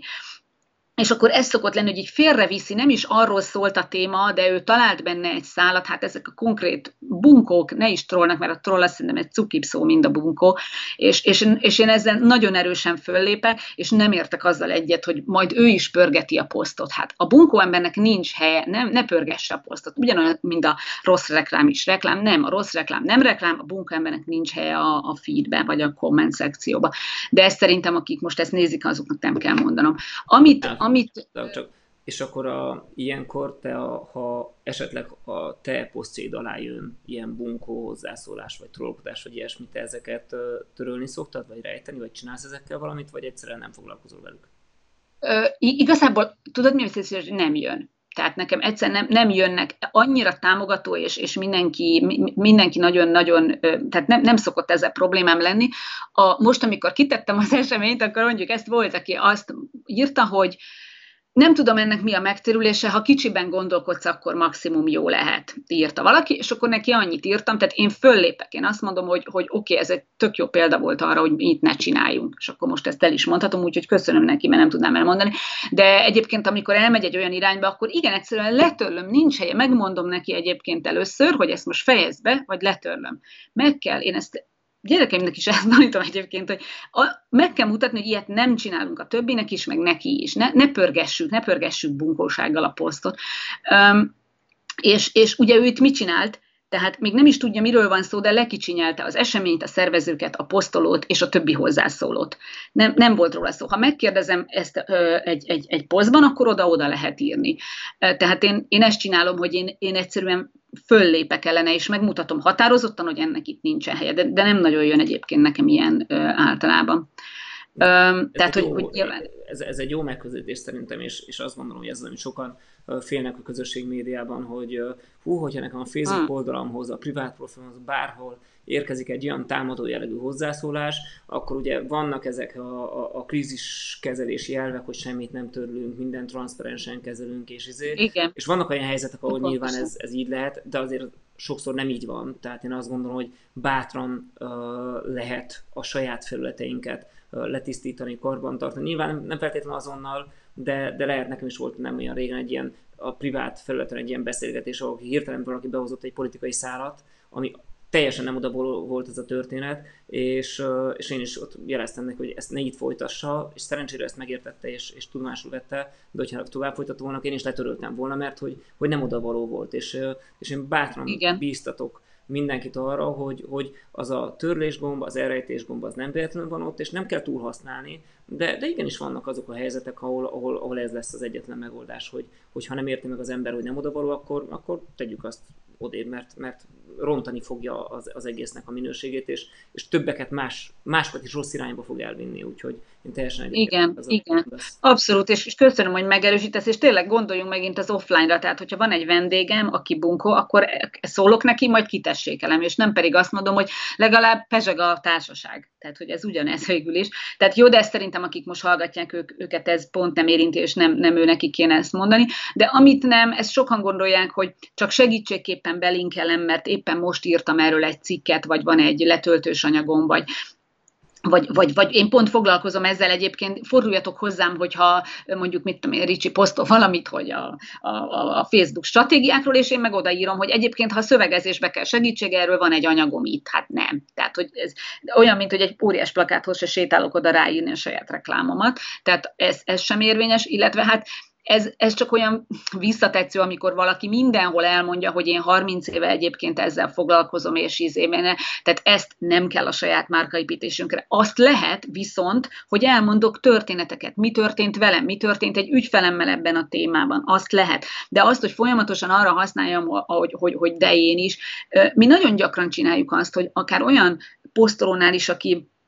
És akkor ez szokott lenni, hogy így félreviszi, nem is arról szólt a téma, de ő talált benne egy szálat, hát ezek a konkrét bunkók, ne is trollnak, mert a troll azt szerintem egy cukibb szó, mint a bunkó, és, és, és én ezzel nagyon erősen föllépek, és nem értek azzal egyet, hogy majd ő is pörgeti a posztot. Hát a bunkó embernek nincs helye, nem, ne pörgesse a posztot. Ugyanolyan, mint a rossz reklám is reklám, nem, a rossz reklám nem reklám, a bunkó embernek nincs helye a, a feedben, vagy a komment szekcióban. De ezt szerintem, akik most ezt nézik, azoknak nem kell mondanom. Amit Amit... Csak, és akkor a, ilyenkor te, a, ha esetleg a te posztjaid alá jön ilyen bunkó hozzászólás, vagy trollkodás, vagy ilyesmit, te ezeket törölni szoktad, vagy rejteni, vagy csinálsz ezekkel valamit, vagy egyszerűen nem foglalkozol velük? Ö, igazából, tudod mi az, hogy nem jön. Tehát nekem egyszerűen nem, nem jönnek, annyira támogató, és, és mindenki, mindenki nagyon-nagyon, tehát nem, nem szokott ezzel problémám lenni. A, most, amikor kitettem az eseményt, akkor mondjuk ezt volt, aki azt írta, hogy nem tudom ennek mi a megtérülése, ha kicsiben gondolkodsz, akkor maximum jó lehet, írta valaki, és akkor neki annyit írtam, tehát én föllépek, én azt mondom, hogy, hogy oké, okay, ez egy tök jó példa volt arra, hogy itt ne csináljunk, és akkor most ezt el is mondhatom, úgyhogy köszönöm neki, mert nem tudnám elmondani, de egyébként, amikor elmegy egy olyan irányba, akkor igen, egyszerűen letörlöm, nincs helye, megmondom neki egyébként először, hogy ezt most fejezd be, vagy letörlöm. Meg kell, én ezt gyerekeimnek is ezt tanítom egyébként, hogy a, meg kell mutatni, hogy ilyet nem csinálunk a többinek is, meg neki is. Ne, ne pörgessük, ne pörgessük bunkósággal a posztot. Um, és, és ugye ő itt mit csinált? Tehát még nem is tudja, miről van szó, de lekicsinyelte az eseményt, a szervezőket, a posztolót és a többi hozzászólót. Nem, nem volt róla szó. Ha megkérdezem ezt ö, egy, egy, egy posztban, akkor oda-oda lehet írni. Tehát én, én ezt csinálom, hogy én, én egyszerűen föllépek ellene, és megmutatom határozottan, hogy ennek itt nincsen helye. De, de nem nagyon jön egyébként nekem ilyen ö, általában. Ö, tehát, hogy, jó, hogy nyilván... ez, ez egy jó megközelítés szerintem, és, és azt gondolom, hogy ez az, amit sokan félnek a közösségmédiában, hogy hú, hogyha nekem a Facebook oldalamhoz, a privát profilhoz, bárhol érkezik egy olyan támadó jellegű hozzászólás, akkor ugye vannak ezek a, a, a kríziskezelési elvek, hogy semmit nem törlünk, mindent transzparensen kezelünk, és izé. És vannak olyan helyzetek, ahol nyilván ez, ez így lehet, de azért sokszor nem így van. Tehát én azt gondolom, hogy bátran uh, lehet a saját felületeinket uh, letisztítani, karbantartani. Nyilván nem feltétlenül azonnal, de, de lehet, nekem is volt nem olyan régen egy ilyen a privát felületen egy ilyen beszélgetés, ahol hirtelen valaki behozott egy politikai szálat, ami teljesen nem oda volt ez a történet, és, és én is ott jeleztem neki, hogy ezt ne itt folytassa, és szerencsére ezt megértette, és, és tudomásul vette, de hogyha tovább folytatta volna, én is letöröltem volna, mert hogy, hogy nem oda való volt, és, és én bátran Igen. bíztatok mindenkit arra, hogy, hogy az a törlésgomb, az elrejtésgomb az nem véletlenül van ott, és nem kell túl használni, de, de igenis vannak azok a helyzetek, ahol, ahol, ahol ez lesz az egyetlen megoldás, hogy, hogy ha nem érti meg az ember, hogy nem odavaló, akkor, akkor tegyük azt odébb, mert, mert rontani fogja az, az egésznek a minőségét, és, és többeket más, másokat is rossz irányba fog elvinni, úgyhogy én teljesen egyébként. Igen, az igen, a, abszolút, és, és köszönöm, hogy megerősítesz, és tényleg gondoljunk megint az offline-ra, tehát hogyha van egy vendégem, aki bunkó, akkor szólok neki, majd kitessékelem, és nem pedig azt mondom, hogy legalább pezseg a társaság, tehát hogy ez ugyanez végül is. Tehát jó, de ezt szerintem, akik most hallgatják ők, őket, ez pont nem érinti, és nem, nem ő nekik kéne ezt mondani, de amit nem, ezt sokan gondolják, hogy csak segítségképpen belinkelem, mert éppen most írtam erről egy cikket, vagy van egy letöltős anyagom, vagy Vagy, vagy, vagy én pont foglalkozom ezzel egyébként, forduljatok hozzám, hogyha mondjuk, mit tudom én, Ricsi posztol valamit, hogy a, a, a Facebook stratégiákról, és én meg odaírom, hogy egyébként, ha szövegezésbe kell segítség, erről van egy anyagom itt, hát nem. Tehát, hogy ez olyan, mint hogy egy óriás plakáthoz se sétálok oda ráírni a saját reklámomat, tehát ez, ez sem érvényes, illetve hát Ez, ez csak olyan visszatetsző, amikor valaki mindenhol elmondja, hogy én harminc éve egyébként ezzel foglalkozom, és izében, tehát ezt nem kell a saját márkaépítésünkre. Azt lehet viszont, hogy elmondok történeteket, mi történt velem, mi történt egy ügyfelemmel ebben a témában, azt lehet. De azt, hogy folyamatosan arra használjam, hogy, hogy, hogy de én is, mi nagyon gyakran csináljuk azt, hogy akár olyan posztolónál is, aki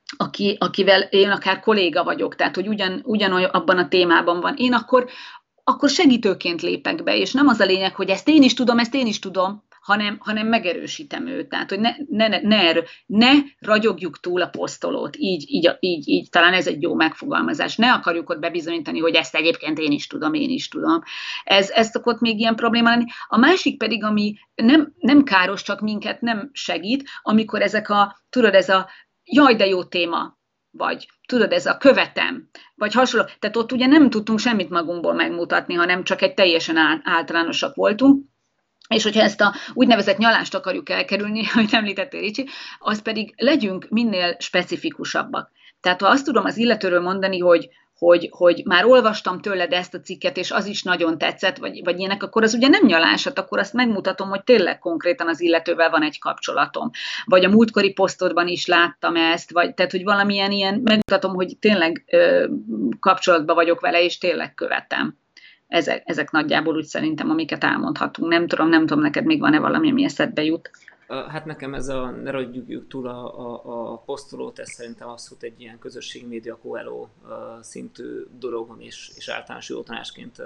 aki, akivel én akár kolléga vagyok, tehát hogy ugyan, ugyanolyan abban a témában van, én akkor, akkor segítőként lépek be, és nem az a lényeg, hogy ezt én is tudom, ezt én is tudom, hanem, hanem megerősítem őt. Tehát, hogy ne, ne, ne, ne, ne ragyogjuk túl a posztolót, így, így, így, így, talán ez egy jó megfogalmazás. Ne akarjuk ott bebizonyítani, hogy ezt egyébként én is tudom, én is tudom. Ez, ez szokott még ilyen probléma lenni. A másik pedig, ami nem, nem káros, csak minket nem segít, amikor ezek a, tudod, ez a jaj, de jó téma, vagy tudod, ez a követem, vagy hasonló. Tehát ott ugye nem tudtunk semmit magunkból megmutatni, hanem csak egy teljesen általánosak voltunk. És hogyha ezt a úgynevezett nyalást akarjuk elkerülni, amit említettél, Ricsi, az pedig legyünk minél specifikusabbak. Tehát ha azt tudom az illetőről mondani, hogy, hogy, hogy már olvastam tőled ezt a cikket, és az is nagyon tetszett, vagy, vagy ilyenek, akkor az ugye nem nyalás, hát akkor azt megmutatom, hogy tényleg konkrétan az illetővel van egy kapcsolatom. Vagy a múltkori posztodban is láttam ezt, vagy tehát, hogy valamilyen ilyen, megmutatom, hogy tényleg ö, kapcsolatban vagyok vele, és tényleg követem. Ezek, ezek nagyjából úgy szerintem, amiket elmondhatunk. Nem tudom, nem tudom, neked még van-e valami, ami eszedbe jut? Hát nekem ez a ne ragyogjuk túl a, a, a posztolót, ez szerintem abszolút egy ilyen közösségi média Coelho szintű dologon és, és általános jó tanácsként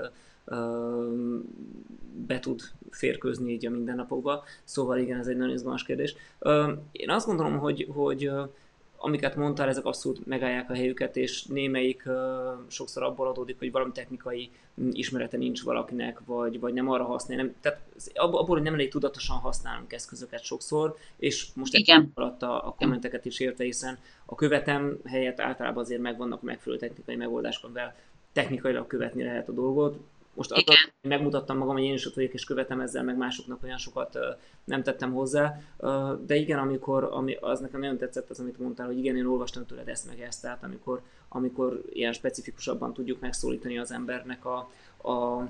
be tud férkőzni így a mindennapokba. Szóval igen, ez egy nagyon izgalmas kérdés. Én azt gondolom, hogy, hogy amiket mondtál, ezek abszolút megállják a helyüket, és némelyik uh, sokszor abból adódik, hogy valami technikai ismerete nincs valakinek, vagy, vagy nem arra használ. Nem, tehát abból, hogy nem elég tudatosan használunk eszközöket sokszor, és most egy alatt a, a kommenteket is érte, hiszen a követem helyett általában azért megvannak megfelelő technikai megoldások, amivel technikailag követni lehet a dolgot. Most attól, hogy megmutattam magam, hogy én is ott vagyok, és követem ezzel, meg másoknak olyan sokat uh, nem tettem hozzá. Uh, de igen, amikor, ami, az nekem nagyon tetszett az, amit mondtál, hogy igen, én olvastam tőled ezt meg ezt, tehát amikor, amikor ilyen specifikusabban tudjuk megszólítani az embernek a, a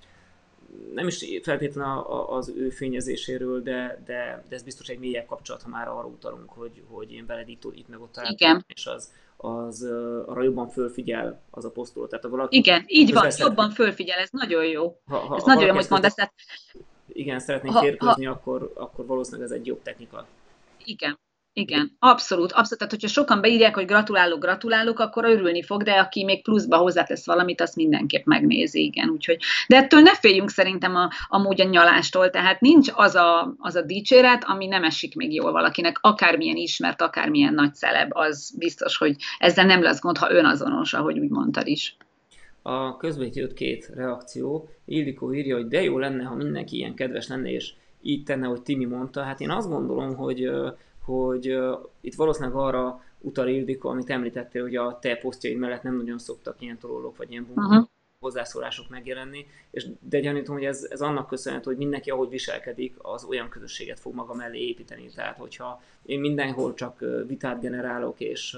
nem is feltétlenül az ő fényezéséről, de, de, de ez biztos egy mélyebb kapcsolat, ha már arra utalunk, hogy, hogy én veled itt, itt meg ott találkozom, és az, az arra jobban fölfigyel az a posztoló. Tehát, valaki igen, így van, jobban fölfigyel, ez nagyon jó. Ha, ha, ez ha nagyon jó, hogy mondasz. Tehát, igen, szeretnénk férkőzni, akkor, akkor valószínűleg ez egy jobb technika. Igen. Igen, abszolút, abszolút. Tehát, hogyha sokan beírják, hogy gratulálok, gratulálok, akkor örülni fog, de aki még pluszba hozzátesz valamit, azt mindenképp megnézi, igen. Úgyhogy, de ettől ne féljünk szerintem a, amúgy a nyalástól, tehát nincs az a, az a dicséret, ami nem esik még jól valakinek, akármilyen ismert, akármilyen nagy celeb, az biztos, hogy ezzel nem lesz gond, ha önazonos, ahogy úgy mondtad is. A közben jött két reakció. Ildikó írja, hogy de jó lenne, ha mindenki ilyen kedves lenne, és így tenne, hogy Timi mondta. Hát én azt gondolom, hogy hogy uh, itt valószínűleg arra utal Ildikó, amit említettél, hogy a te posztjaid mellett nem nagyon szoktak ilyen trollok, vagy ilyen uh-huh. hozzászólások megjelenni, és de gyanítom, hogy ez, ez annak köszönhető, hogy mindenki, ahogy viselkedik, az olyan közösséget fog maga mellé építeni. Tehát, hogyha én mindenhol csak vitát generálok, és,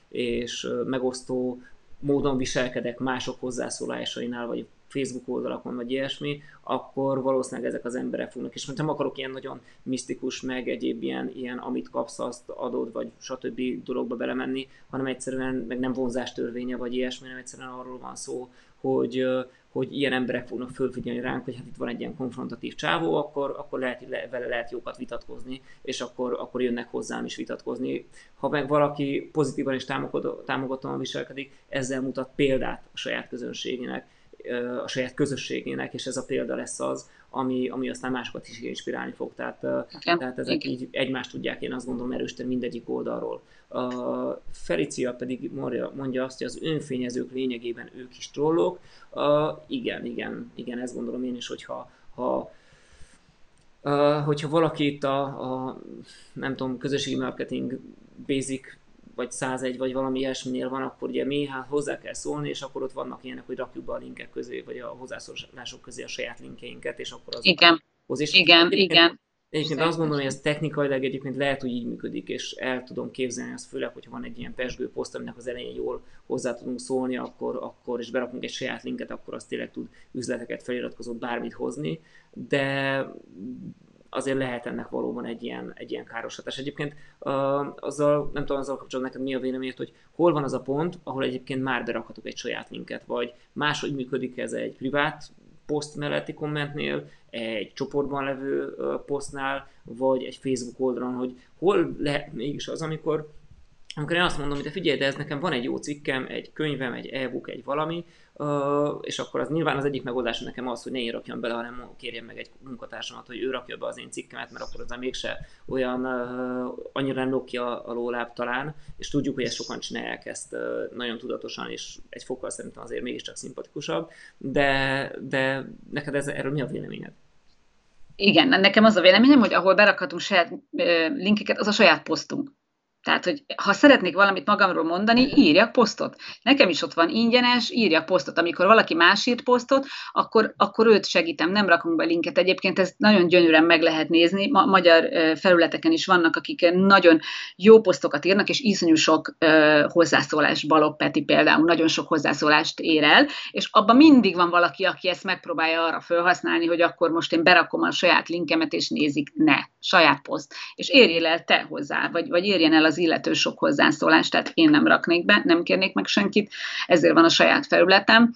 és megosztó módon viselkedek mások hozzászólásainál, vagy Facebook oldalakon, vagy ilyesmi, akkor valószínűleg ezek az emberek fognak. És nem akarok ilyen nagyon misztikus, meg egyéb ilyen, ilyen amit kapsz, azt adod, vagy stb. Dologba belemenni, hanem egyszerűen meg nem vonzás törvénye, vagy ilyesmi, nem egyszerűen arról van szó, hogy, hogy ilyen emberek fognak fölfigyelni ránk, hogy hát itt van egy ilyen konfrontatív csávó, akkor, akkor lehet, le, vele lehet jókat vitatkozni, és akkor, akkor jönnek hozzám is vitatkozni. Ha meg valaki pozitívan és támogatóan viselkedik, ezzel mutat példát a saját közönségének, a saját közösségének, és ez a példa lesz az, ami, ami aztán másokat is inspirálni fog. Tehát, tehát ezek így egymást tudják, én azt gondolom, erősíteni mindegyik oldalról. A Felicia pedig mondja azt, hogy az önfényezők lényegében ők is trollok. Uh, igen, igen, igen, ezt gondolom én is, hogyha ha, uh, hogyha valaki itt a, a nem tudom, közösségi marketing basic vagy százegy, vagy valami ilyesminél van, akkor ugye mi hát hozzá kell szólni, és akkor ott vannak ilyenek, hogy rakjuk be a linkek közé, vagy a hozzászólások közé a saját linkeinket, és akkor az igen, hoz. És igen, egyébként, igen. Egyébként azt gondolom, hogy ez technikailag egyébként lehet, hogy így működik, és el tudom képzelni azt, főleg, hogyha van egy ilyen pezsgő poszt, aminek az elején jól hozzá tudunk szólni, akkor, akkor és berakunk egy saját linket, akkor az tényleg tud üzleteket, feliratkozót, bármit hozni, de azért lehet ennek valóban egy ilyen, egy ilyen káros hatás. Egyébként uh, azzal, nem tudom, azzal kapcsolatban neked mi a véleményed, hogy hol van az a pont, ahol egyébként már berakhatok egy saját linket, vagy máshogy működik ez egy privát poszt melletti kommentnél, egy csoportban levő uh, posztnál, vagy egy Facebook oldalon, hogy hol lehet mégis az, amikor amikor én azt mondom, hogy de figyelj, de ez nekem van egy jó cikkem, egy könyvem, egy e-book, egy valami, és akkor az nyilván az egyik megoldás nekem az, hogy ne én rakjam bele, hanem kérjem meg egy munkatársamat, hogy ő rakja be az én cikkemet, mert akkor az mégse olyan annyira nem lóg ki a, a lóláb talán, és tudjuk, hogy ezt sokan csinálják ezt nagyon tudatosan, és egy fokkal szerintem azért mégiscsak szimpatikusabb, de, de neked ez, erről mi a véleményed? Igen, nekem az a véleményem, hogy ahol berakhatunk saját linkeket, az a saját posztunk. Tehát, hogy ha szeretnék valamit magamról mondani, írjak posztot. Nekem is ott van ingyenes, írjak posztot. Amikor valaki más írt posztot, akkor, akkor őt segítem, nem rakunk be linket. Egyébként ezt nagyon gyönyörűen meg lehet nézni. Ma, magyar felületeken is vannak, akik nagyon jó posztokat írnak, és iszonyú sok uh, hozzászólás, Balogh Peti például nagyon sok hozzászólást ér el, és abban mindig van valaki, aki ezt megpróbálja arra felhasználni, hogy akkor most én berakom a saját linkemet, és nézik. Ne, saját poszt. És érjél el te hozzá, vagy, vagy érjen el az illető sok hozzászólást, tehát én nem raknék be, nem kérnék meg senkit, ezért van a saját felületem.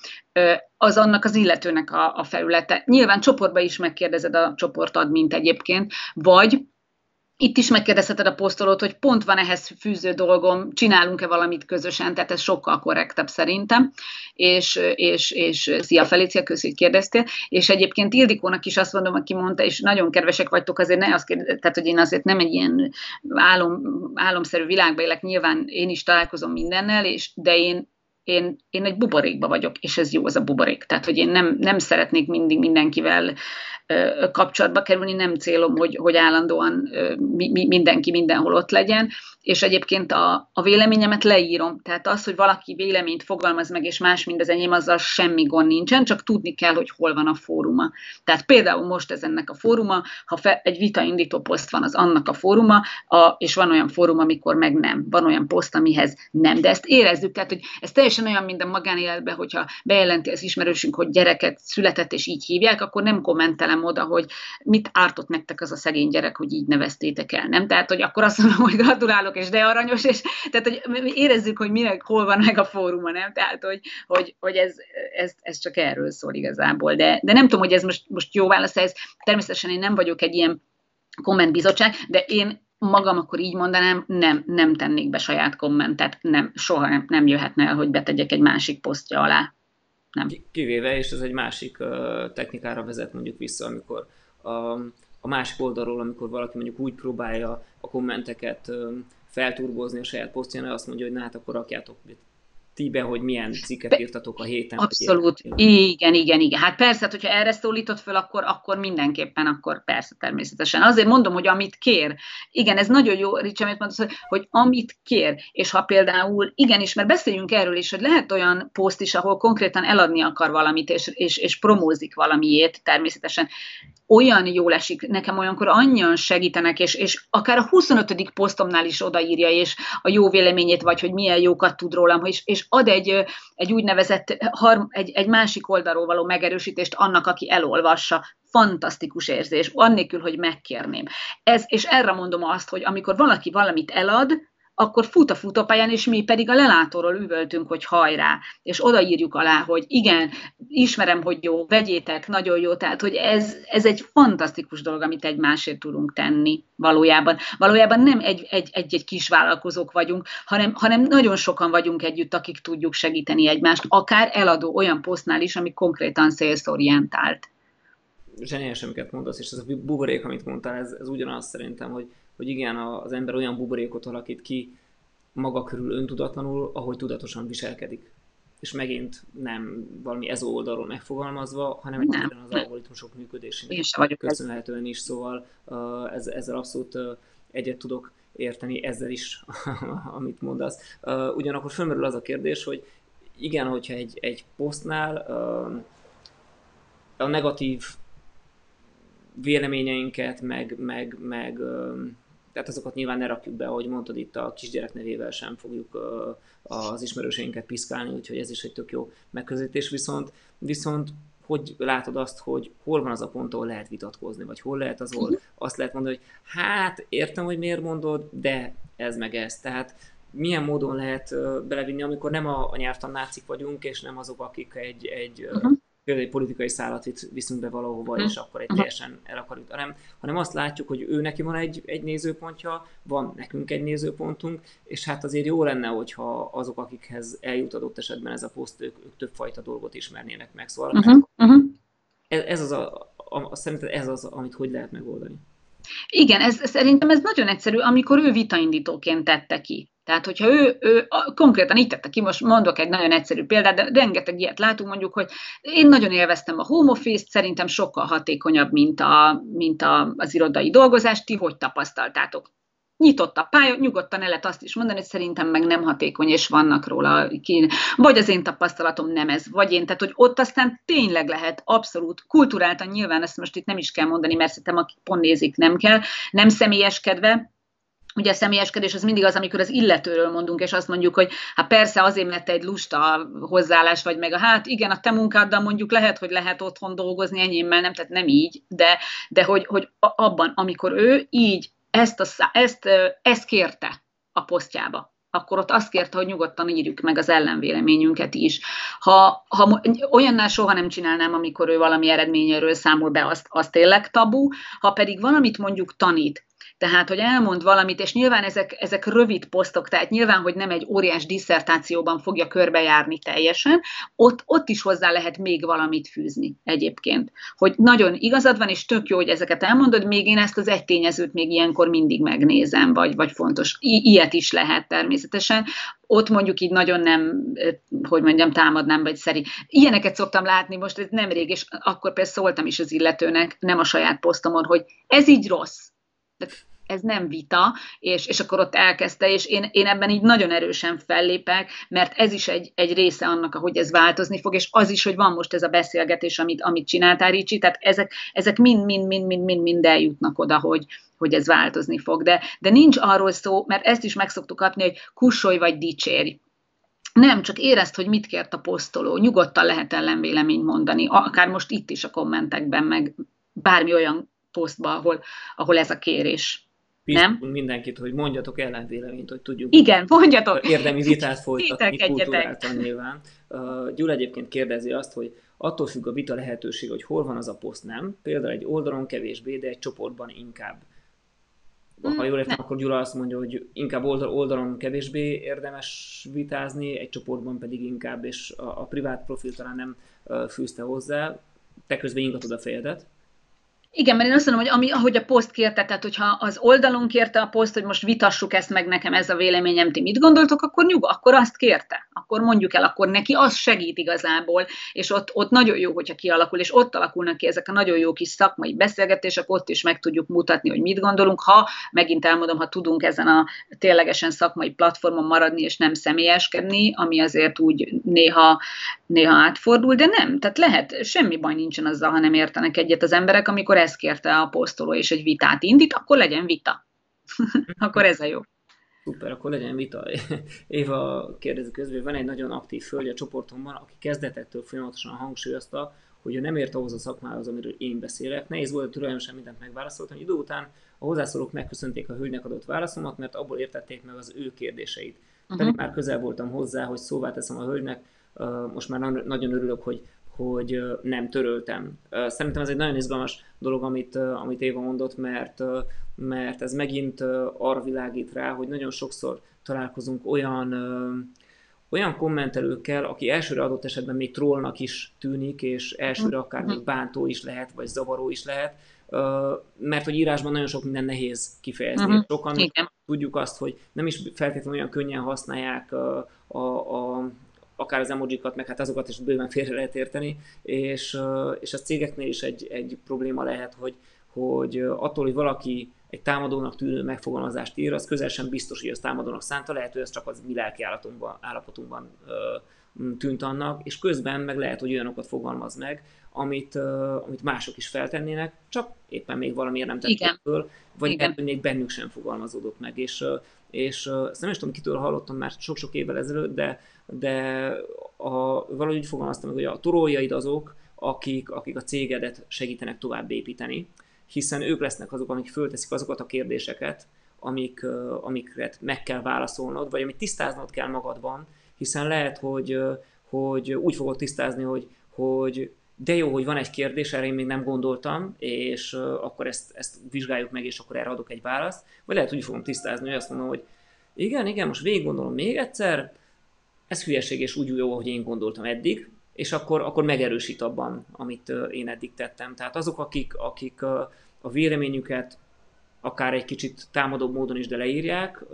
Az annak az illetőnek a, a felülete. Nyilván csoportba is megkérdezed a csoportadmint egyébként, vagy itt is megkérdezheted a posztolót, hogy pont van ehhez fűző dolgom, csinálunk-e valamit közösen, tehát ez sokkal korrektebb szerintem, és, és, és szia Felícia, köszi, hogy kérdeztél, és egyébként Ildikónak is azt mondom, aki mondta, és nagyon kedvesek vagytok, azért ne azt kérdez, tehát hogy én azért nem egy ilyen álom, álomszerű világban élek, nyilván én is találkozom mindennel, és, de én Én, én egy buborékba vagyok, és ez jó, az a buborék. Tehát, hogy én nem, nem szeretnék mindig mindenkivel ö, kapcsolatba kerülni, nem célom, hogy, hogy állandóan ö, mi, mindenki mindenhol ott legyen, és egyébként a, a véleményemet leírom. Tehát az, hogy valaki véleményt fogalmaz meg, és más, mint az enyém, azzal semmi gond nincsen, csak tudni kell, hogy hol van a fóruma. Tehát például most ez ennek a fóruma, ha fe, egy vitaindító poszt van, az annak a fóruma, a, és van olyan fórum, amikor meg nem. Van olyan poszt, amihez nem. De ezt érezzük, tehát, hogy ez teljesen olyan, mint a magánéletben, hogyha bejelenti az ismerősünk, hogy gyereket született, és így hívják, akkor nem kommentelem oda, hogy mit ártott nektek az a szegény gyerek, hogy így neveztétek el, nem? Tehát, hogy akkor azt mondom, hogy gratulálok, és de aranyos, és tehát, hogy érezzük, hogy minek, hol van meg a fóruma, nem? Tehát, hogy, hogy, hogy ez, ez, ez csak erről szól igazából. De, de nem tudom, hogy ez most, most jó válasz, ez természetesen én nem vagyok egy ilyen kommentbizottság, de én magam akkor így mondanám, nem, nem tennék be saját kommentet, nem, soha nem, nem jöhetne el, hogy betegyek egy másik posztja alá. Nem. Kivéve, és ez egy másik uh, technikára vezet mondjuk vissza, amikor a, a másik oldalról, amikor valaki mondjuk úgy próbálja a kommenteket um, felturbozni a saját posztján, azt mondja, hogy na hát akkor rakjátok tibe, hogy milyen cikket írtatok a héten. Abszolút, igen, igen, igen. Hát persze, hogyha erre szólított föl, akkor, akkor mindenképpen, akkor persze, természetesen. Azért mondom, hogy amit kér. Igen, ez nagyon jó, Ricsi, amit mondasz, hogy, hogy amit kér, és ha például, igenis, mert beszéljünk erről is, hogy lehet olyan poszt is, ahol konkrétan eladni akar valamit, és, és, és promózik valamiét, természetesen. Olyan jól esik, nekem olyankor annyian segítenek, és, és akár a huszonötödik posztomnál is odaírja, és a jó véleményét, vagy hogy milyen jókat tud rólam, és, és ad egy, egy úgynevezett egy, egy másik oldalról való megerősítést annak, aki elolvassa. Fantasztikus érzés, annélkül, hogy megkérném. Ez, és erre mondom azt, hogy amikor valaki valamit elad, akkor fut a futópályán, és mi pedig a lelátóról üvöltünk, hogy hajrá, és odaírjuk alá, hogy igen, ismerem, hogy jó, vegyétek, nagyon jó, tehát, hogy ez, ez egy fantasztikus dolog, amit egymásért tudunk tenni valójában. Valójában nem egy-egy kis vállalkozók vagyunk, hanem, hanem nagyon sokan vagyunk együtt, akik tudjuk segíteni egymást, akár eladó olyan posztnál is, ami konkrétan sales-orientált. Zseniális, amiket mondasz, és ez a buborék, amit mondtál, ez, ez ugyanaz szerintem, hogy hogy igen, az ember olyan buborékot alakít ki maga körül öntudatlanul, ahogy tudatosan viselkedik. És megint nem valami ez oldalról megfogalmazva, hanem egyszerűen az algoritmusok működésének köszönhetően is, szóval ez, ezzel abszolút egyet tudok érteni, ezzel is, amit mondasz. Ugyanakkor fölmerül az a kérdés, hogy igen, hogyha egy, egy posztnál a negatív véleményeinket, meg, meg, meg tehát azokat nyilván ne rakjuk be, ahogy mondtad, itt a kisgyerek nevével sem fogjuk az ismerőseinket piszkálni, úgyhogy ez is egy tök jó megközelítés, viszont, viszont hogy látod azt, hogy hol van az a pont, ahol lehet vitatkozni, vagy hol lehet az, ahol azt lehet mondani, hogy hát értem, hogy miért mondod, de ez meg ez. Tehát milyen módon lehet belevinni, amikor nem a, a nyelvtan nácik vagyunk, és nem azok, akik egy, egy uh-huh. például egy politikai szálat viszünk be valahova, és akkor egy teljesen el akarjuk, hanem, hanem azt látjuk, hogy ő neki van egy, egy nézőpontja, van nekünk egy nézőpontunk, és hát azért jó lenne, hogyha azok, akikhez eljut adott esetben ez a poszt, ők, ők többfajta dolgot ismernének meg. Szóval uh-huh, uh-huh. Ez, ez az a, a, a, szerinted ez az, amit hogy lehet megoldani? Igen, ez, szerintem ez nagyon egyszerű, amikor ő vitaindítóként tette ki. Tehát, hogyha ő, ő konkrétan így tette ki, most mondok egy nagyon egyszerű példát, de rengeteg ilyet látunk, mondjuk, hogy én nagyon élveztem a home office-t, szerintem sokkal hatékonyabb, mint, a, mint a, az irodai dolgozást, ti hogy tapasztaltátok? Nyitott a pálya, nyugodtan el lehet azt is mondani, hogy szerintem meg nem hatékony, és vannak róla ki, vagy az én tapasztalatom nem ez, vagy én, tehát hogy ott aztán tényleg lehet abszolút kulturáltan, nyilván ezt most itt nem is kell mondani, mert szerintem akik pont nézik, nem kell, nem személyeskedve. Ugye a személyeskedés az mindig az, amikor az illetőről mondunk, és azt mondjuk, hogy hát persze azért, mert egy lusta hozzáállás vagy meg a hát igen, a te munkáddal mondjuk lehet, hogy lehet otthon dolgozni, enyémmel nem, tehát nem így, de, de hogy, hogy abban, amikor ő így ezt, a, ezt, ezt kérte a posztjába, akkor ott azt kérte, hogy nyugodtan írjuk meg az ellenvéleményünket is. Ha, ha olyannál soha nem csinálnám, amikor ő valami eredményéről számol be, azt, azt tényleg tabu, ha pedig valamit mondjuk tanít, tehát, hogy elmond valamit, és nyilván ezek, ezek rövid posztok, tehát nyilván, hogy nem egy óriás disszertációban fogja körbejárni teljesen, ott, ott is hozzá lehet még valamit fűzni egyébként. Hogy nagyon igazad van, és tök jó, hogy ezeket elmondod, még én ezt az egy tényezőt még ilyenkor mindig megnézem, vagy, vagy fontos. I- ilyet is lehet természetesen. Ott mondjuk így nagyon nem, hogy mondjam, támadnám, vagy szeri. Ilyeneket szoktam látni most, ez nemrég, és akkor persze szóltam is az illetőnek, nem a saját posztomon, hogy ez így rossz. Ez nem vita, és, és akkor ott elkezdte, és én, én ebben így nagyon erősen fellépek, mert ez is egy, egy része annak, ahogy ez változni fog, és az is, hogy van most ez a beszélgetés, amit, amit csináltál, Ricsi, tehát ezek, ezek mind, mind, mind, mind, mind, mind eljutnak oda, hogy, hogy ez változni fog. De, de nincs arról szó, mert ezt is meg szoktuk kapni, hogy kussolj vagy dicsérj. Nem, csak érezd, hogy mit kért a posztoló, nyugodtan lehet ellenvéleményt mondani, akár most itt is a kommentekben, meg bármi olyan posztban, ahol, ahol ez a kérés. Bízunk mindenkit, hogy mondjatok ellenvéleményt, hogy tudjuk. Igen, mondjatok. Érdemi vitát folytatni, kulturáltan nyilván. Uh, Gyula egyébként kérdezi azt, hogy attól függ a vita lehetőség, hogy hol van az a poszt, nem? Például egy oldalon kevésbé, de egy csoportban inkább. Mm, ha jól értem, akkor Gyula azt mondja, hogy inkább oldal, oldalon kevésbé érdemes vitázni, egy csoportban pedig inkább, és a, a privát profil talán nem uh, fűzte hozzá. Te közben ingatod a fejedet. Igen, mert én azt mondom, hogy ami, ahogy a poszt kérte, tehát hogyha az oldalon kérte a poszt, hogy most vitassuk ezt meg, nekem ez a véleményem, ti mit gondoltok, akkor nyugodt, akkor azt kérte, akkor mondjuk el, akkor neki az segít igazából, és ott, ott nagyon jó, hogyha kialakul, és ott alakulnak ki ezek a nagyon jó kis szakmai beszélgetések, ott is meg tudjuk mutatni, hogy mit gondolunk, ha, megint elmondom, ha tudunk ezen a ténylegesen szakmai platformon maradni, és nem személyeskedni, ami azért úgy néha, néha átfordul, de nem, tehát lehet, semmi baj nincsen azzal, ha nem értenek egyet az emberek, amikor ezt kérte a posztoló, és egy vitát indít, akkor legyen vita. Akkor ez a jó. Szuper, akkor legyen vita. Éva kérdezi közben, hogy van egy nagyon aktív hölgy a csoportomban, aki kezdetektől folyamatosan hangsúlyozta, hogy ő nem ért ahhoz a szakmához, amiről én beszélek. Nehéz volt türelmesen mindent megválaszoltam. Idő után a hozzászólók megköszönték a hölgynek adott válaszomat, mert abból értették meg az ő kérdéseit. Uh-huh. Pedig már közel voltam hozzá, hogy szóvá teszem a hölgynek. Most már nagyon örülök, hogy hogy nem töröltem. Szerintem ez egy nagyon izgalmas dolog, amit, amit Éva mondott, mert, mert ez megint arra világít rá, hogy nagyon sokszor találkozunk olyan, olyan kommentelőkkel, aki elsőre adott esetben még trollnak is tűnik, és elsőre akár még bántó is lehet, vagy zavaró is lehet, mert hogy írásban nagyon sok minden nehéz kifejezni. Sokan Igen. tudjuk azt, hogy nem is feltétlenül olyan könnyen használják a, a, a akár az emojikat, meg hát azokat is bőven félre lehet érteni, és, és a cégeknél is egy, egy probléma lehet, hogy, hogy attól, hogy valaki egy támadónak tűnő megfogalmazást ír, az közel sem biztos, hogy az támadónak szánta, lehet, hogy ez csak az mi lelki állapotunkban, állapotunkban tűnt annak, és közben meg lehet, hogy olyanokat fogalmaz meg, amit, amit mások is feltennének, csak éppen még valamiért nem tették föl, vagy lehet, hogy még bennük sem fogalmazódott meg, és, és ezt nem is tudom, kitől hallottam már sok-sok évvel ezelőtt, de de a, valahogy úgy fogalmaztam meg, hogy a toroljaid azok, akik, akik a cégedet segítenek tovább építeni, hiszen ők lesznek azok, amik fölteszik azokat a kérdéseket, amik, amiket meg kell válaszolnod, vagy amit tisztáznod kell magadban, hiszen lehet, hogy, hogy úgy fogod tisztázni, hogy, hogy de jó, hogy van egy kérdés, erre én még nem gondoltam, és akkor ezt, ezt vizsgáljuk meg, és akkor erre adok egy választ. Vagy lehet, hogy úgy fogom tisztázni, hogy azt mondom, hogy igen, igen, most végig gondolom még egyszer, ez hülyeség, és úgy jó, ahogy én gondoltam eddig, és akkor, akkor megerősít abban, amit én eddig tettem. Tehát azok, akik, akik a véleményüket akár egy kicsit támadóbb módon is, de leírják,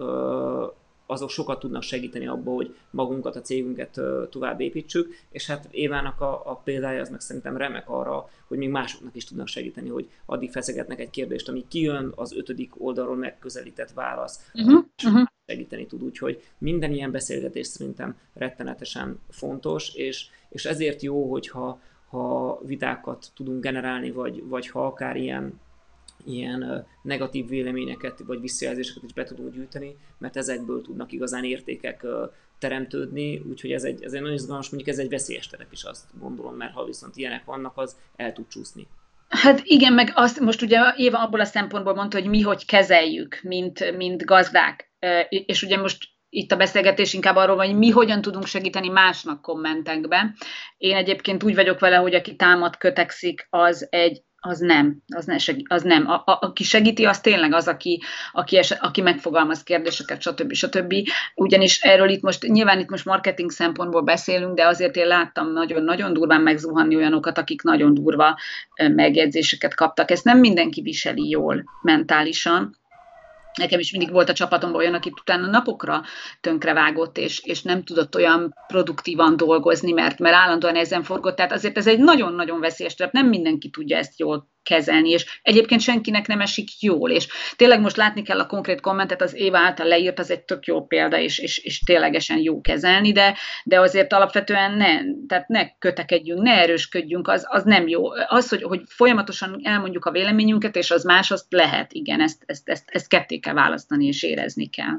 azok sokat tudnak segíteni abban, hogy magunkat, a cégünket tovább építsük, és hát Évának a, a példája az meg szerintem remek arra, hogy még másoknak is tudnak segíteni, hogy addig feszegetnek egy kérdést, ami kijön, az ötödik oldalról megközelített válasz, uh-huh, uh-huh. segíteni tud. Úgyhogy minden ilyen beszélgetés szerintem rettenetesen fontos, és, és ezért jó, hogyha ha vitákat tudunk generálni, vagy, vagy ha akár ilyen ilyen negatív véleményeket vagy visszajelzéseket is be tudunk gyűjteni, mert ezekből tudnak igazán értékek teremtődni, úgyhogy ez egy, ez egy nagyon izgalmas, mondjuk ez egy veszélyes terep is, azt gondolom, mert ha viszont ilyenek vannak, az el tud csúszni. Hát igen, meg azt most ugye Éva abból a szempontból mondta, hogy mi hogy kezeljük, mint, mint gazdák, és ugye most itt a beszélgetés inkább arról van, hogy mi hogyan tudunk segíteni másnak kommentekbe. Én egyébként úgy vagyok vele, hogy aki támad, kötekszik, az egy az nem, az, ne segít, az nem. A, a, aki segíti, az tényleg az, aki, aki, eset, aki megfogalmaz kérdéseket, stb. stb. Ugyanis erről itt most, nyilván itt most marketing szempontból beszélünk, de azért én láttam nagyon-nagyon durván megzuhanni olyanokat, akik nagyon durva megjegyzéseket kaptak. Ezt nem mindenki viseli jól mentálisan. Nekem is mindig volt a csapatomban olyan, aki utána napokra tönkrevágott, és, és nem tudott olyan produktívan dolgozni, mert, mert állandóan ezen forgott. Tehát azért ez egy nagyon-nagyon veszélyes terep, nem mindenki tudja ezt jól kezelni, és egyébként senkinek nem esik jól, és tényleg most látni kell a konkrét kommentet, az Éva által leírt, az egy tök jó példa, és, és, és ténylegesen jó kezelni, de, de azért alapvetően ne, tehát ne kötekedjünk, ne erősködjünk, az, az nem jó. Az, hogy, hogy folyamatosan elmondjuk a véleményünket, és az más, azt lehet, igen, ezt, ezt, ezt, ezt ketté kell választani, és érezni kell.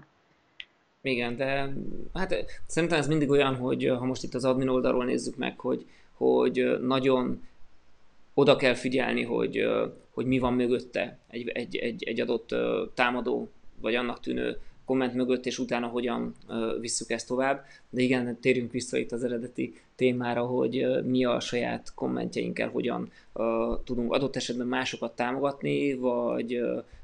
Igen, de hát szerintem ez mindig olyan, hogy ha most itt az admin oldalról nézzük meg, hogy, hogy nagyon oda kell figyelni, hogy, hogy mi van mögötte egy, egy, egy, egy adott támadó, vagy annak tűnő komment mögött, és utána hogyan visszük ezt tovább. De igen, térjünk vissza itt az eredeti témára, hogy mi a saját kommentjeinkkel, hogyan tudunk adott esetben másokat támogatni, vagy,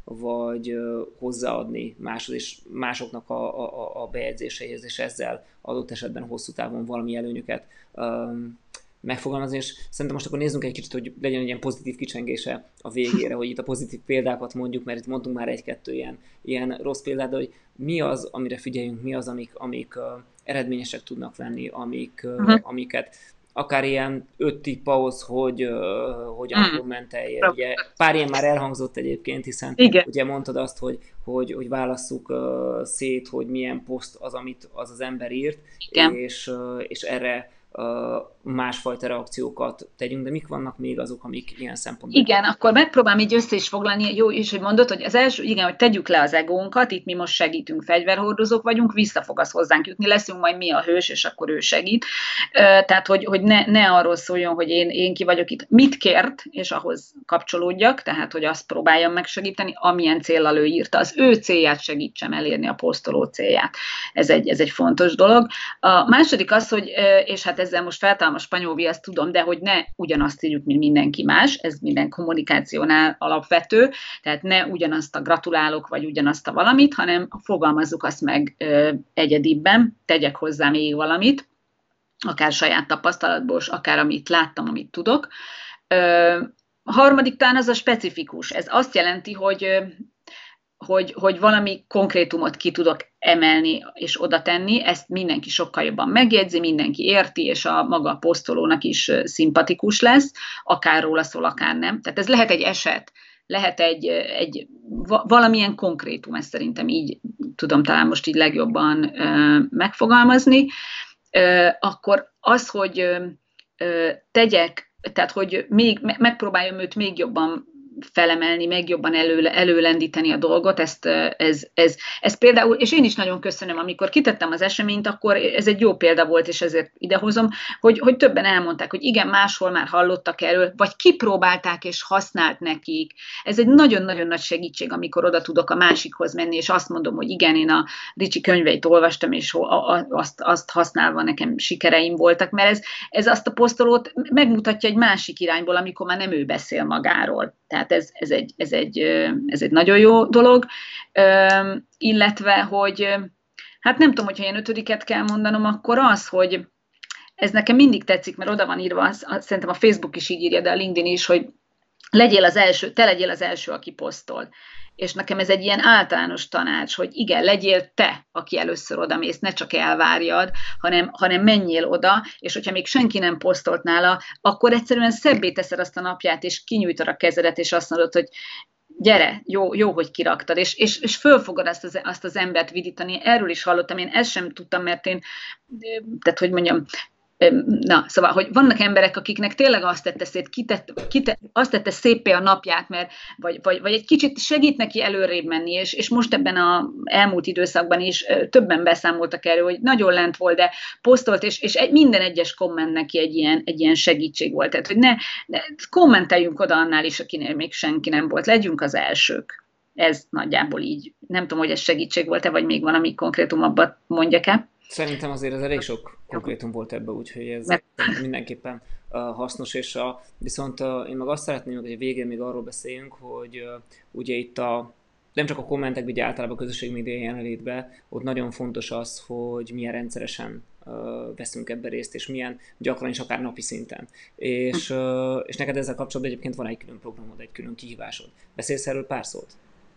vagy hozzáadni máshoz, és másoknak a, a, a bejegyzéseihez, és ezzel adott esetben hosszú távon valami előnyöket megfogalmazni, és szerintem most akkor nézzünk egy kicsit, hogy legyen egy ilyen pozitív kicsengése a végére, hogy itt a pozitív példákat mondjuk, mert itt mondtunk már egy-kettő ilyen, ilyen rossz példát, de hogy mi az, amire figyeljünk, mi az, amik, amik uh, eredményesek tudnak lenni, amik, uh, uh-huh. amiket akár ilyen öt tipp ahhoz, hogy uh, hogyan uh-huh. kommentelje. Ugye pár ilyen már elhangzott egyébként, hiszen igen. Ugye mondtad azt, hogy, hogy, hogy válasszuk uh, szét, hogy milyen poszt az, amit az az ember írt, és, uh, és erre másfajta reakciókat tegyünk, de mik vannak még azok, amik ilyen szempontból? Igen, akkor megpróbálom így össze is foglalni, jó is, hogy mondod, hogy az első, igen, hogy tegyük le az egónkat, itt mi most segítünk, fegyverhordozók vagyunk, vissza fog az hozzánk jutni, leszünk majd mi a hős, és akkor ő segít. Tehát, hogy, hogy ne, ne arról szóljon, hogy én, én ki vagyok itt, mit kért, és ahhoz kapcsolódjak, tehát, hogy azt próbáljam megsegíteni, amilyen céllal ő írta, az ő célját segítsem elérni, a posztoló célját. Ez egy, ez egy fontos dolog. A második az, hogy, és hát ezzel most feltalálom a spanyol viaszt, tudom, de hogy ne ugyanazt írjuk, mint mindenki más, ez minden kommunikációnál alapvető, tehát ne ugyanazt a gratulálok, vagy ugyanazt a valamit, hanem fogalmazzuk azt meg ö, egyedibben, tegyek hozzá még valamit, akár saját tapasztalatból, akár amit láttam, amit tudok. Ö, a harmadik talán az a specifikus, ez azt jelenti, hogy Hogy, hogy valami konkrétumot ki tudok emelni és oda tenni, ezt mindenki sokkal jobban megjegyzi, mindenki érti, és a maga a posztolónak is szimpatikus lesz, akár róla szól, akár nem. Tehát ez lehet egy eset, lehet egy, egy valamilyen konkrétum, ezt szerintem így tudom talán most így legjobban uh, megfogalmazni. Uh, akkor az, hogy uh, tegyek, tehát hogy még megpróbáljam őt még jobban felemelni, meg jobban elő, előlendíteni a dolgot, ezt, ez, ez, ez például, és én is nagyon köszönöm, amikor kitettem az eseményt, akkor ez egy jó példa volt, és ezért idehozom, hogy, hogy többen elmondták, hogy igen, máshol már hallottak erről, vagy kipróbálták és használt nekik. Ez egy nagyon-nagyon nagy segítség, amikor oda tudok a másikhoz menni, és azt mondom, hogy igen, én a Ricsi könyveit olvastam, és azt, azt használva nekem sikereim voltak, mert ez, ez azt a posztolót megmutatja egy másik irányból, amikor már nem ő beszél magáról. Tehát ez, ez, egy, ez, egy, ez egy nagyon jó dolog, illetve, hogy hát nem tudom, hogyha ilyen ötödiket kell mondanom, akkor az, hogy ez nekem mindig tetszik, mert oda van írva, az, szerintem a Facebook is így írja, de a LinkedIn is, hogy legyél az első, te legyél az első, aki posztol. És nekem ez egy ilyen általános tanács, hogy igen, legyél te, aki először odamész, ne csak elvárjad, hanem, hanem menjél oda, és hogyha még senki nem posztolt nála, akkor egyszerűen szebbé teszed azt a napját, és kinyújtod a kezedet, és azt mondod, hogy gyere, jó, jó, hogy kiraktad, és, és, és föl fogod azt az, azt az embert vidítani. Erről is hallottam, én ezt sem tudtam, mert én, tehát hogy mondjam, na, szóval, hogy vannak emberek, akiknek tényleg azt tette szét, kitett, kitett, azt tette szépé a napját, mert, vagy, vagy, vagy egy kicsit segít neki előrébb menni, és, és most ebben az elmúlt időszakban is többen beszámoltak erről, hogy nagyon lent volt, de posztolt, és, és egy, minden egyes komment neki egy ilyen, egy ilyen segítség volt. Tehát, hogy ne, ne kommenteljünk oda annál is, akinél még senki nem volt, legyünk az elsők. Ez nagyjából így. Nem tudom, hogy ez segítség volt-e, vagy még valami konkrétumabbat mondjak-e? Szerintem azért ez elég sok konkrétum volt ebben, úgyhogy ez mindenképpen uh, hasznos, és a, viszont uh, én meg azt szeretném, hogy a végén még arról beszéljünk, hogy uh, ugye itt a, nem csak a kommentek, ugye általában a közösségi média jelenlétben, ott nagyon fontos az, hogy milyen rendszeresen uh, veszünk ebben részt, és milyen gyakran is akár napi szinten. És, uh, és neked ezzel kapcsolatban egyébként van egy külön programod, egy külön kihívásod. Beszélsz erről pár szót?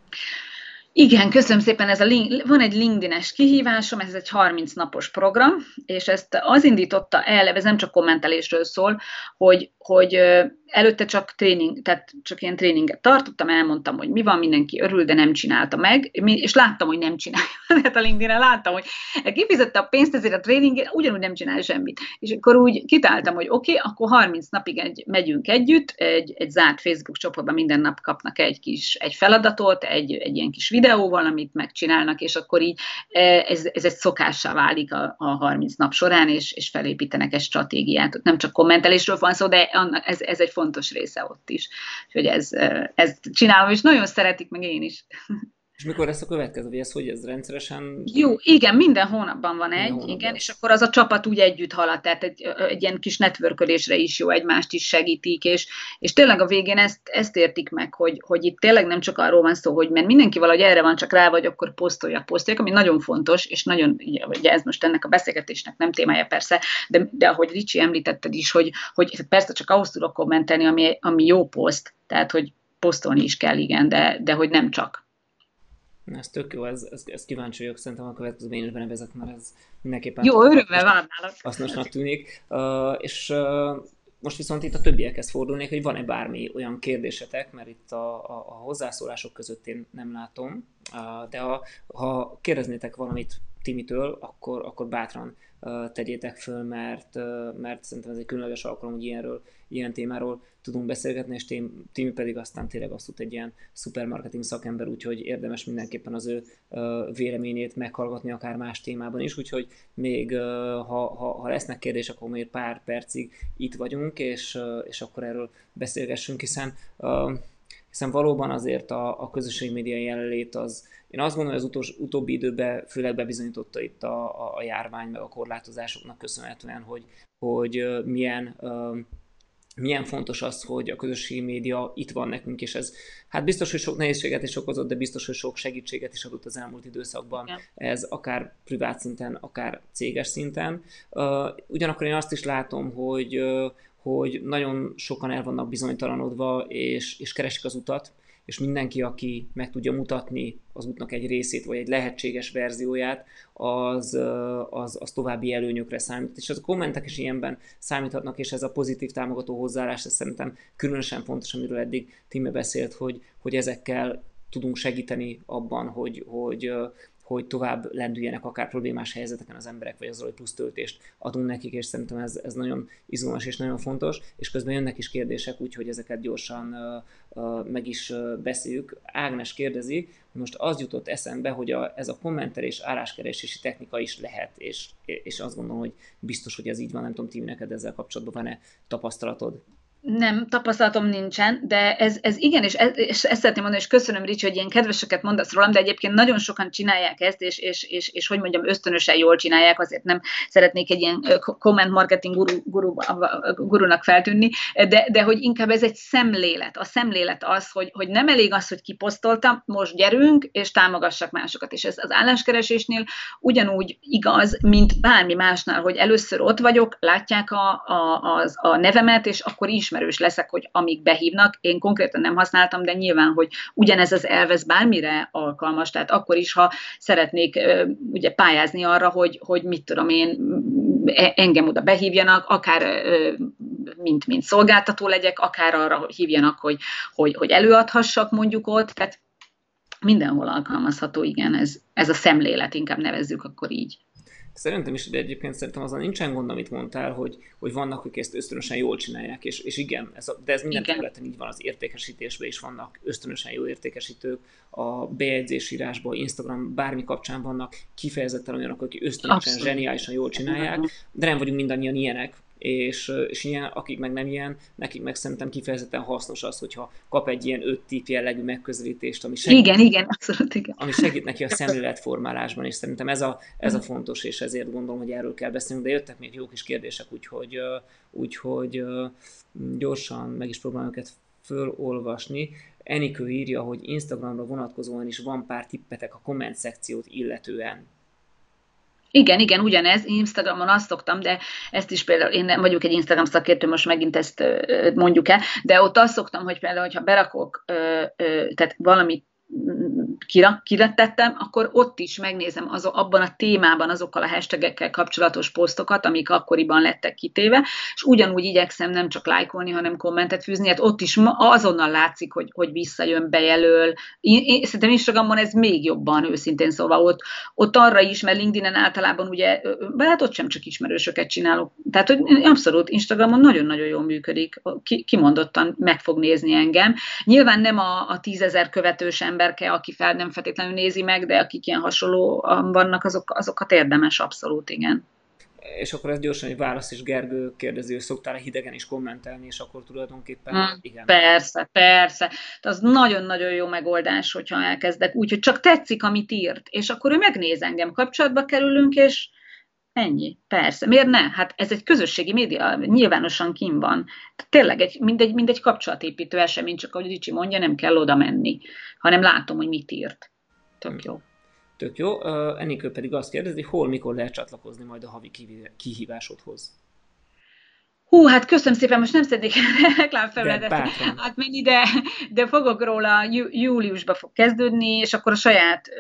Igen, köszönöm szépen. Ez a link, van egy LinkedIn-es kihívásom, ez egy harminc napos program, és ezt az indította el, ez nem csak kommentelésről szól, hogy, hogy előtte csak tréning, tehát csak ilyen tréninget tartottam, elmondtam, hogy mi van, mindenki örül, de nem csinálta meg, és láttam, hogy nem csinálja. Tehát a LinkedIn-en láttam, hogy kifizette a pénzt ezért a tréningért, ugyanúgy nem csinálja semmit. És akkor úgy kitáltam, hogy oké, okay, akkor harminc napig egy, megyünk együtt, egy, egy zárt Facebook csoportban minden nap kapnak egy kis egy feladatot, egy, egy ilyen kis videóval, amit megcsinálnak, és akkor így ez, ez egy szokássá válik a, a harminc nap során, és, és felépítenek egy stratégiát. Nem csak kommentelésről van szó, de ez, ez egy fontos része ott is. Úgyhogy ez, ezt csinálom, és nagyon szeretik, meg én is. És mikor lesz a következő, vagy ez hogy ez rendszeresen? Jó, igen, minden hónapban van minden egy, hónapban. Igen, és akkor az a csapat úgy együtt halad, tehát egy, egy ilyen kis networkölésre is jó, egymást is segítik, és, és tényleg a végén ezt, ezt értik meg, hogy, hogy itt tényleg nem csak arról van szó, hogy mert mindenki valahogy erre van, csak rá vagy, akkor posztoljak, posztoljak, ami nagyon fontos, és nagyon, ugye ez most ennek a beszélgetésnek nem témája persze, de, de ahogy Ricsi említetted is, hogy, hogy persze csak ahhoz tudok kommentelni, ami, ami jó poszt, tehát hogy posztolni is kell, igen, de, de hogy nem csak. Ez tök jó, ez, ez, ez kíváncsi vagyok, szerintem a következőben én is benevezek, mert ez mindenképpen jó, örömmel várnálak. Hasznosnak tűnik. Uh, és uh, most viszont itt a többiekhez fordulnék, hogy van-e bármi olyan kérdésetek, mert itt a, a, a hozzászólások között én nem látom, uh, de ha, ha kérdeznétek valamit Timitől, akkor, akkor bátran uh, tegyétek föl, mert, uh, mert szerintem ez egy különleges alkalom, hogy ilyenről, ilyen témáról tudunk beszélgetni, és Timi pedig aztán tényleg abszolút egy ilyen szupermarketing szakember, úgyhogy érdemes mindenképpen az ő uh, véleményét meghallgatni akár más témában is, úgyhogy még uh, ha, ha, ha lesznek kérdések, akkor még pár percig itt vagyunk, és, uh, és akkor erről beszélgessünk, hiszen uh, hiszen valóban azért a, a közösségi média jelenlét az, én azt gondolom, hogy az utolsó, utóbbi időben főleg bebizonyította itt a, a, a járvány, meg a korlátozásoknak köszönhetően, hogy, hogy uh, milyen, uh, milyen fontos az, hogy a közösségi média itt van nekünk, és ez hát biztos, hogy sok nehézséget is okozott, de biztos, hogy sok segítséget is adott az elmúlt időszakban. Ja. Ez akár privát szinten, akár céges szinten. Uh, ugyanakkor én azt is látom, hogy uh, hogy nagyon sokan el vannak bizonytalanodva, és, és keresik az utat, és mindenki, aki meg tudja mutatni az útnak egy részét, vagy egy lehetséges verzióját, az, az, az további előnyökre számít. És az a kommentek is ilyenben számíthatnak, és ez a pozitív támogató hozzáállás, ez szerintem különösen fontos, amiről eddig Timi beszélt, hogy, hogy ezekkel tudunk segíteni abban, hogy, hogy, hogy tovább lendüljenek akár problémás helyzeteken az emberek, vagy azzal, hogy plusz töltést adunk nekik, és szerintem ez, ez nagyon izgalmas és nagyon fontos, és közben jönnek is kérdések, úgyhogy ezeket gyorsan uh, uh, meg is uh, beszéljük. Ágnes kérdezi, hogy most az jutott eszembe, hogy a, ez a kommentelés álláskeresési technika is lehet, és, és azt gondolom, hogy biztos, hogy ez így van, nem tudom, Timi, neked ezzel kapcsolatban van-e tapasztalatod? Nem, tapasztalatom nincsen, de ez, ez igen, és, ez, és ezt szeretném mondani, és köszönöm, Ricsi, hogy ilyen kedveseket mondasz rólam, de egyébként nagyon sokan csinálják ezt, és, és, és, és hogy mondjam, ösztönösen jól csinálják, azért nem szeretnék egy ilyen comment marketing guru, guru, gurunak feltűnni, de, de hogy inkább ez egy szemlélet. A szemlélet az, hogy, hogy nem elég az, hogy kiposztoltam, most gyerünk, és támogassak másokat. És ez az álláskeresésnél ugyanúgy igaz, mint bármi másnál, hogy először ott vagyok, látják a, a, a, a nevemet, és akkor is ismerős leszek, hogy amíg behívnak, én konkrétan nem használtam, de nyilván, hogy ugyanez az elvez bármire alkalmas, tehát akkor is, ha szeretnék ugye pályázni arra, hogy, hogy mit tudom én, engem oda behívjanak, akár mint, mint szolgáltató legyek, akár arra hívjanak, hogy, hogy, hogy előadhassak mondjuk ott, tehát mindenhol alkalmazható, igen, ez, ez a szemlélet, inkább nevezzük akkor így. Szerintem is, de egyébként szerintem azon nincsen gond, amit mondtál, hogy, hogy vannak, akik ezt ösztönösen jól csinálják, és, és igen, ez a, de ez minden területen így van, az értékesítésben is vannak ösztönösen jó értékesítők, a bejegyzésírásban, Instagram, bármi kapcsán vannak kifejezetten olyanok, akik ösztönösen, Abszolút. zseniálisan jól csinálják, de nem vagyunk mindannyian ilyenek, és, és ilyen, akik meg nem ilyen, nekik meg szerintem kifejezetten hasznos az, hogyha kap egy ilyen öt tipp jellegű megközelítést, ami segít, igen, igen, abszolút, igen. ami segít neki a szemléletformálásban, és szerintem ez a, ez a fontos, és ezért gondolom, hogy erről kell beszélnünk, de jöttek még jó kis kérdések, úgyhogy, úgyhogy gyorsan meg is próbálom őket fölolvasni. Enikő írja, hogy Instagramra vonatkozóan is van pár tippetek a komment szekciót illetően. Igen, igen, ugyanez, Instagramon azt szoktam, de ezt is például, én nem vagyok egy Instagram szakértő, most megint ezt mondjuk el, de ott azt szoktam, hogy például, hogyha berakok, tehát valamit kirettettem, akkor ott is megnézem az, abban a témában azokkal a hashtagekkel kapcsolatos posztokat, amik akkoriban lettek kitéve, és ugyanúgy igyekszem nem csak lájkolni, hanem kommentet fűzni, hát ott is azonnal látszik, hogy, hogy visszajön, bejelöl. Én, én, szerintem Instagramon ez még jobban, őszintén szóval ott, ott arra is, mert LinkedInen általában ugye, hát ott sem csak ismerősöket csinálok. Tehát, hogy abszolút Instagramon nagyon-nagyon jól működik, ki, kimondottan meg fog nézni engem. Nyilván nem a, a tízezer követős emberke, aki fel nem feltétlenül nézi meg, de akik ilyen hasonlóan vannak, azok, azokat érdemes, abszolút, igen. És akkor ez gyorsan egy válasz is, Gergő kérdezi, hogy szoktál hidegen is kommentelni, és akkor tulajdonképpen hmm, igen. Persze, persze. De az nagyon-nagyon jó megoldás, hogyha elkezdek úgy, hogy csak tetszik, amit írt, és akkor ő megnéz engem, kapcsolatba kerülünk, és ennyi. Persze. Miért ne? Hát ez egy közösségi média, nyilvánosan kint van. Tényleg egy, mindegy, mindegy kapcsolatépítő esemény, csak ahogy Ricsi mondja, nem kell oda menni, hanem látom, hogy mit írt. Tök jó. Tök jó. Uh, Enikő pedig azt kérdezi, hol, mikor lehet csatlakozni majd a havi kihívásodhoz? Hú, hát köszönöm szépen, most nem szeretnék reklámfelületet átmenni, de, de fogok róla, jú, júliusban fog kezdődni, és akkor a saját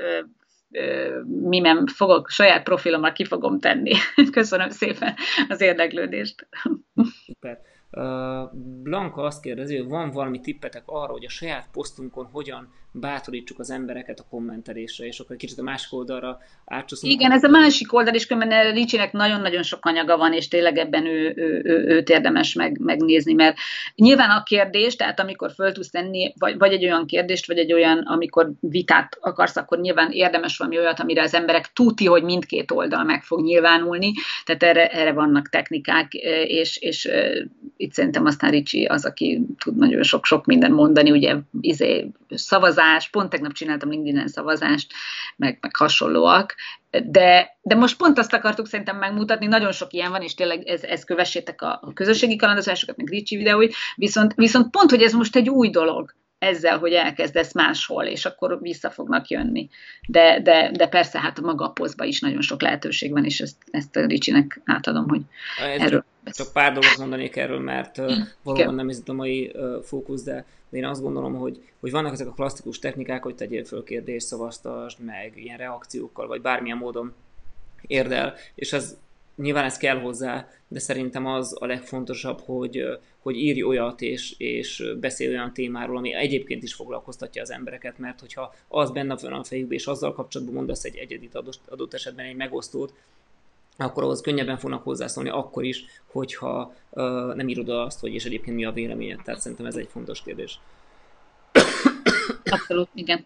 mimem fogok, saját profilommal ki fogom tenni. Köszönöm szépen az érdeklődést. Szuper. Blanka azt kérdezi, hogy van valami tippetek arra, hogy a saját posztunkon hogyan bátorítsuk az embereket a kommentelésre, és akkor egy kicsit a másik oldalra átcsúszunk. Igen, ez a másik oldal is, mert Ricsinek nagyon-nagyon sok anyaga van, és tényleg ebben ő, ő, ő, őt érdemes meg, megnézni, mert nyilván a kérdés, tehát amikor föl tudsz tenni, vagy, vagy egy olyan kérdést, vagy egy olyan, amikor vitát akarsz, akkor nyilván érdemes valami olyat, amire az emberek tuti, hogy mindkét oldal meg fog nyilvánulni, tehát erre, erre vannak technikák, és, és itt szerintem aztán Ricsi az, aki tud nagyon sok-sok mindent mondani, ugye izé, szavazás, pont tegnap csináltam LinkedIn-en szavazást, meg, meg hasonlóak, de, de most pont azt akartuk szerintem megmutatni, nagyon sok ilyen van, és tényleg ez, ez kövessétek a, a közösségi kalandozásokat, meg Ricsi videóit, viszont, viszont pont, hogy ez most egy új dolog, ezzel, hogy elkezdesz máshol, és akkor vissza fognak jönni. De, de, de persze, hát a maga a posztban is nagyon sok lehetőség van, és ezt, ezt a Ricsinek átadom, hogy ez erről csak pár dolgot mondanék erről, mert uh, valóban nem ez a mai uh, fókusz, de, de én azt gondolom, hogy, hogy vannak ezek a klasszikus technikák, hogy tegyél föl kérdést, szavaztasd, meg ilyen reakciókkal, vagy bármilyen módon érd el, és ez nyilván ez kell hozzá, de szerintem az a legfontosabb, hogy, hogy írj olyat, és, és beszélj olyan témáról, ami egyébként is foglalkoztatja az embereket, mert hogyha az benne van a fejükbe, és azzal kapcsolatban mondasz egy egyedit adott, adott esetben egy megosztót, akkor ahhoz könnyebben fognak hozzászólni akkor is, hogyha uh, nem írod azt, hogy és egyébként mi a véleményed. Tehát szerintem ez egy fontos kérdés. Abszolút, igen.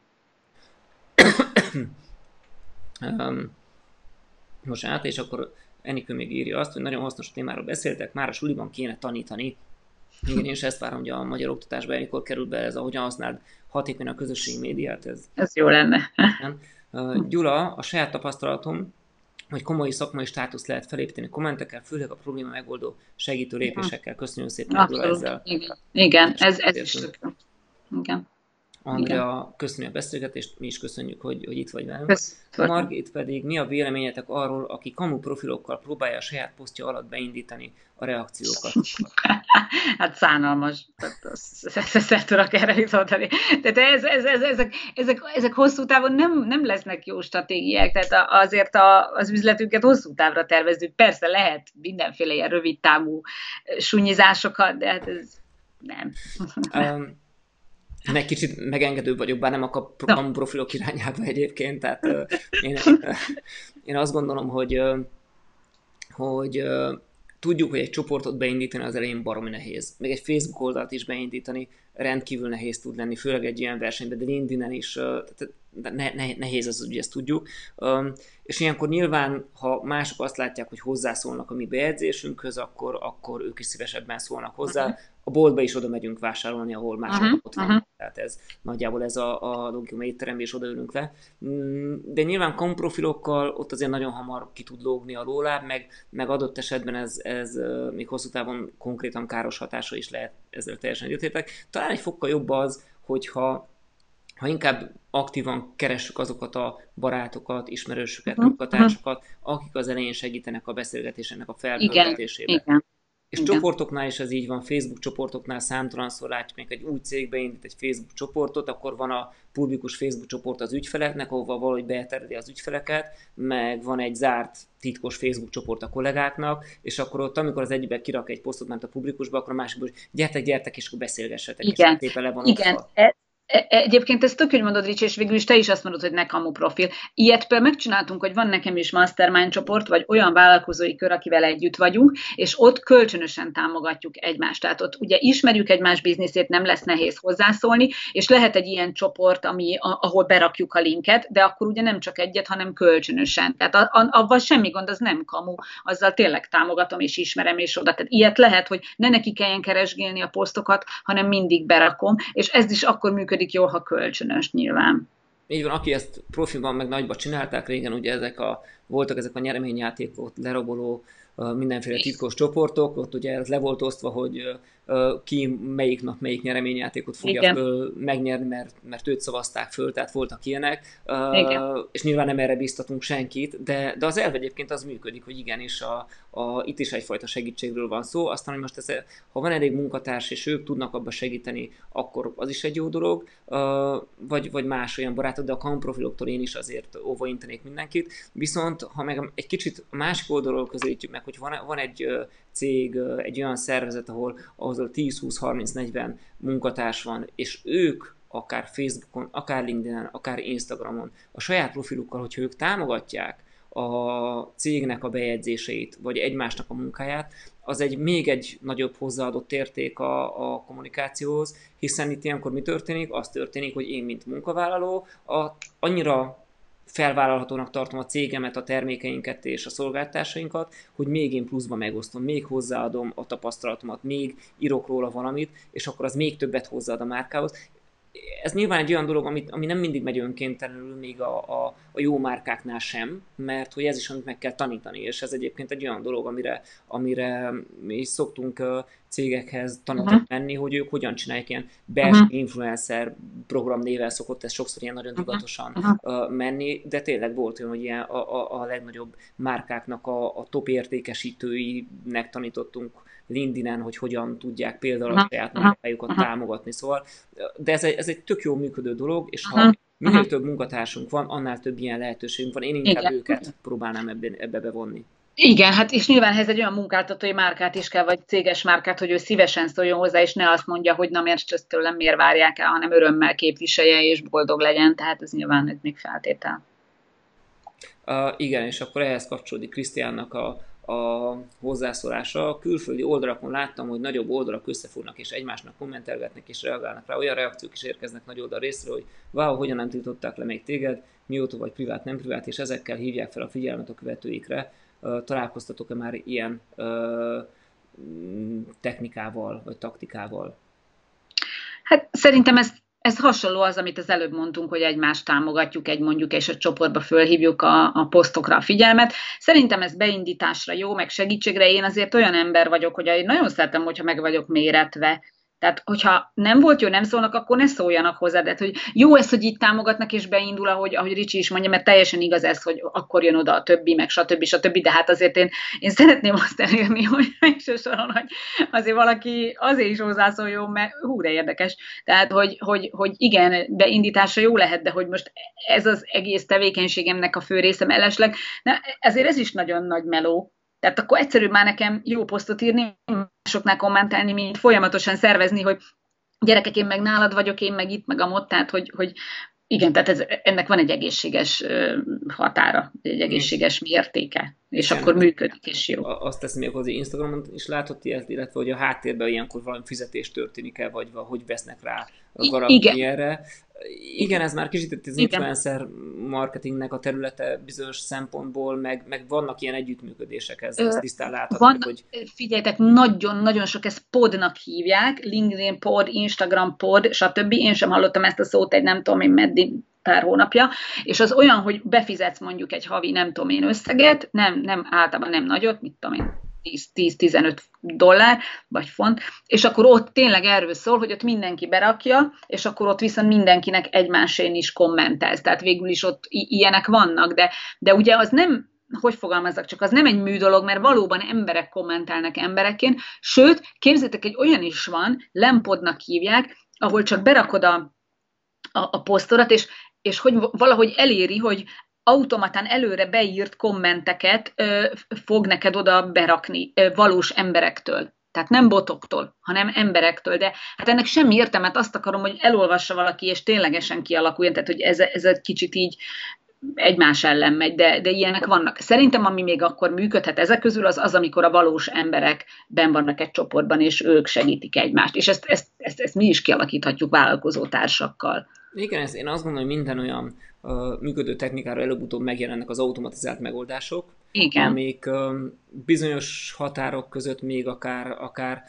um, most át, és akkor Enikő még írja azt, hogy nagyon hasznos témáról beszéltek, már a suliban kéne tanítani. Igen, én is ezt várom, hogy a magyar oktatásban amikor kerül be ez a hogyan használd hatékonyan a közösségi médiát. Ez, ez jó lenne. uh, Gyula, a saját tapasztalatom, hogy komoly szakmai státuszt lehet felépíteni kommentekkel, főleg a probléma megoldó segítő lépésekkel. Köszönjük szépen, Gyula, ezzel. Igen, igen ez, ez is tök jó. Igen. Andrea, köszönjük a beszélgetést, mi is köszönjük, hogy, hogy itt vagy velünk. Margit pedig, mi a véleményetek arról, aki kamu profilokkal próbálja a saját posztja alatt beindítani a reakciókat? Hát szánalmas, ezt tudok erre jutni. Tehát ez, ez, ez, ezek, ezek, ezek hosszú távon nem, nem lesznek jó stratégiák, tehát azért a, az üzletünket hosszú távra tervezzük. Persze lehet mindenféle ilyen rövid távú sunyizásokat, de hát ez nem. Um, Meg kicsit megengedőbb vagyok, bár nem a kamu profilok irányába egyébként, tehát uh, én, uh, én azt gondolom, hogy, uh, hogy uh, tudjuk, hogy egy csoportot beindítani az elején baromi nehéz. Még egy Facebook oldalt is beindítani rendkívül nehéz tud lenni, főleg egy ilyen versenyben, de LinkedIn-en is uh, ne, ne, nehéz az, ugye ezt tudjuk. Um, és ilyenkor nyilván, ha mások azt látják, hogy hozzászólnak a mi bejegyzésünkhöz, akkor, akkor ők is szívesebben szólnak hozzá. Uh-huh. A boltba is oda megyünk vásárolni, ahol mások uh-huh. ott van. Uh-huh. Tehát ez nagyjából ez a, a logikum étterembe, és odaülünk le. De nyilván komprofilokkal ott azért nagyon hamar ki tud lógni a lóláb, meg, meg adott esetben ez, ez még hosszú távon konkrétan káros hatása is lehet, ezzel teljesen egyetértek. Talán egy fokkal jobb az, hogyha ha inkább aktívan keressük azokat a barátokat, ismerősöket, uh-huh. munkatársakat, akik az elején segítenek a beszélgetésnek a felpörgetésében. Igen. Igen. És igen. Csoportoknál is ez így van, Facebook csoportoknál számtalanszor látjuk, még egy új cég beindít egy Facebook csoportot, akkor van a publikus Facebook csoport az ügyfeleknek, ahova valahogy beteredi az ügyfeleket, meg van egy zárt titkos Facebook csoport a kollégáknak, és akkor ott, amikor az egyikben kirak egy posztot, ment a publikusba, akkor a másikban, hogy gyertek, gyertek, és akkor beszélgessetek, igen. és szépen le van igen. osztva. Egyébként ezt tök, hogy mondod, Ricsi, és végül is te is azt mondod, hogy ne kamu profil. Ilyet például megcsináltunk, hogy van nekem is mastermind csoport, vagy olyan vállalkozói kör, akivel együtt vagyunk, és ott kölcsönösen támogatjuk egymást. Tehát ott ugye ismerjük egymás bizniszét, nem lesz nehéz hozzászólni, és lehet egy ilyen csoport, ami, ahol berakjuk a linket, de akkor ugye nem csak egyet, hanem kölcsönösen. Tehát avval semmi gond, az nem kamu, azzal tényleg támogatom, és ismerem, és oda. Tehát ilyet lehet, hogy ne neki kelljen keresgélni a posztokat, hanem mindig berakom, és ez is akkor működik jó, ha kölcsönös nyilván. Így van, aki ezt profiban meg nagyba csinálták régen, ugye ezek a, voltak ezek a nyereményjátékot leraboló mindenféle titkos csoportok, ott ugye ez le volt osztva, hogy ki melyik nap melyik nyereményjátékot fogja igen. föl megnyerni, mert, mert őt szavazták föl, tehát voltak ilyenek, igen. és nyilván nem erre biztatunk senkit, de, de az elv egyébként az működik, hogy igenis a, a, itt is egyfajta segítségről van szó, aztán, hogy most ez, ha van elég munkatárs, és ők tudnak abba segíteni, akkor az is egy jó dolog, vagy, vagy más olyan barátok, de a kamu profiloktól én is azért óvaintenék mindenkit, viszont ha meg egy kicsit a másik oldalról közelítjük meg, hogy van, van egy cég, egy olyan szervezet, ahol, ahol tíz, húsz, harminc, negyven munkatárs van, és ők akár Facebookon, akár LinkedIn-en, akár Instagramon a saját profilukkal, hogyha ők támogatják a cégnek a bejegyzéseit, vagy egymásnak a munkáját, az egy még egy nagyobb hozzáadott érték a, a kommunikációhoz, hiszen itt ilyenkor mi történik? Az történik, hogy én, mint munkavállaló, a, annyira felvállalhatónak tartom a cégemet, a termékeinket és a szolgáltásainkat, hogy még én pluszba megosztom, még hozzáadom a tapasztalatomat, még írok róla valamit, és akkor az még többet hozzáad a márkához. Ez nyilván egy olyan dolog, amit, ami nem mindig megy önkéntelenül, még a, a, a jó márkáknál sem, mert hogy ez is, amit meg kell tanítani, és ez egyébként egy olyan dolog, amire, amire mi is szoktunk uh, cégekhez tanítatni uh-huh. menni, hogy ők hogyan csinálják ilyen belső uh-huh. influencer program néven szokott ez sokszor ilyen nagyon divatosan uh-huh. uh, menni, de tényleg volt olyan, hogy ilyen a, a, a legnagyobb márkáknak a, a top értékesítőinek tanítottunk LinkedIn-en, hogy hogyan tudják például a saját munkájukat uh-huh. támogatni, szóval, de ez egy, ez egy tök jó működő dolog, és ha uh-huh. minél több munkatársunk van, annál több ilyen lehetőségünk van, én inkább igen. őket próbálnám ebbe, ebbe bevonni. Igen, hát és nyilván ez egy olyan munkáltatói márkát is kell, vagy céges márkát, hogy ő szívesen szóljon hozzá, és ne azt mondja, hogy na miért ezt tőlem miért várják el, hanem örömmel képviselje és boldog legyen, tehát ez nyilván egy még feltétel. Uh, igen, és akkor ehhez kapcsolódik Krisztiánnak a, a hozzászólása. A külföldi oldalakon láttam, hogy nagyobb oldalak összefognak és egymásnak kommentelgetnek és reagálnak rá. Olyan reakciók is érkeznek nagy oldal részről, hogy wow, hogyan nem tiltották le még téged, mióta vagy privát, nem privát, és ezekkel hívják fel a figyelmet a követőikre. Uh, találkoztatok-e már ilyen uh, technikával vagy taktikával? Hát szerintem ez, ez hasonló az, amit az előbb mondtunk, hogy egymást támogatjuk, egy mondjuk, és a csoportba fölhívjuk a, a posztokra a figyelmet. Szerintem ez beindításra jó, meg segítségre. Én azért olyan ember vagyok, hogy én nagyon szeretem, hogyha meg vagyok méretve. Tehát, hogyha nem volt jó, nem szólnak, akkor ne szóljanak hozzá. De hogy jó ez, hogy így támogatnak, és beindul, ahogy, ahogy Ricsi is mondja, mert teljesen igaz ez, hogy akkor jön oda a többi, meg stb. stb. De hát azért én, én szeretném azt elérni, hogy elsősorban, hogy azért valaki azért is hozzászóljon, mert hú, de érdekes. Tehát, hogy, hogy, hogy igen, beindításra jó lehet, de hogy most ez az egész tevékenységemnek a fő része mellesleg, na, ezért ez is nagyon nagy meló. Tehát akkor egyszerűbb már nekem jó posztot írni, másoknál kommentálni, mint folyamatosan szervezni, hogy gyerekek, én meg nálad vagyok, én meg itt, meg a mott, tehát hogy, hogy igen, tehát ez, ennek van egy egészséges határa, egy egészséges mértéke, és igen, akkor működik, és jó. Azt teszem még hozzá, Instagramon is látott ilyet, illetve hogy a háttérben ilyenkor valami fizetés történik el, vagy hogy vesznek rá garantiára. Igen, ez már kicsit az influencer marketingnek a területe bizonyos szempontból, meg, meg vannak ilyen együttműködések, ez, ez tisztán látható. Hogy... Figyeljetek, nagyon-nagyon sok, ezt podnak hívják, LinkedIn pod, Instagram pod, stb. Én sem hallottam ezt a szót egy nem tudom én meddig pár hónapja, és az olyan, hogy befizetsz mondjuk egy havi nem tudom én összeget, nem, nem általában nem nagyot, mit tudom én, tíz-tizenöt dollár, vagy font, és akkor ott tényleg erről szól, hogy ott mindenki berakja, és akkor ott viszont mindenkinek egymásén is kommentelsz. Tehát végül is ott ilyenek vannak, de, de ugye az nem, hogy fogalmazzak, csak az nem egy mű dolog, mert valóban emberek kommentelnek emberekként, sőt, képzeljétek, egy olyan is van, Lempodnak hívják, ahol csak berakod a, a, a posztodat, és, és hogy valahogy eléri, hogy automatán előre beírt kommenteket ö, fog neked oda berakni ö, valós emberektől. Tehát nem botoktól, hanem emberektől. De hát ennek semmi értelme, mert azt akarom, hogy elolvassa valaki, és ténylegesen kialakuljon, tehát hogy ez, ez egy kicsit így egymás ellen megy, de, de ilyenek vannak. Szerintem, ami még akkor működhet ezek közül, az az, amikor a valós emberek benn vannak egy csoportban, és ők segítik egymást. És ezt, ezt, ezt, ezt mi is kialakíthatjuk vállalkozó társakkal. Igen, ezt én azt gondolom, hogy minden olyan uh, működő technikára előbb-utóbb megjelennek az automatizált megoldások, igen, amik um, bizonyos határok között még akár, akár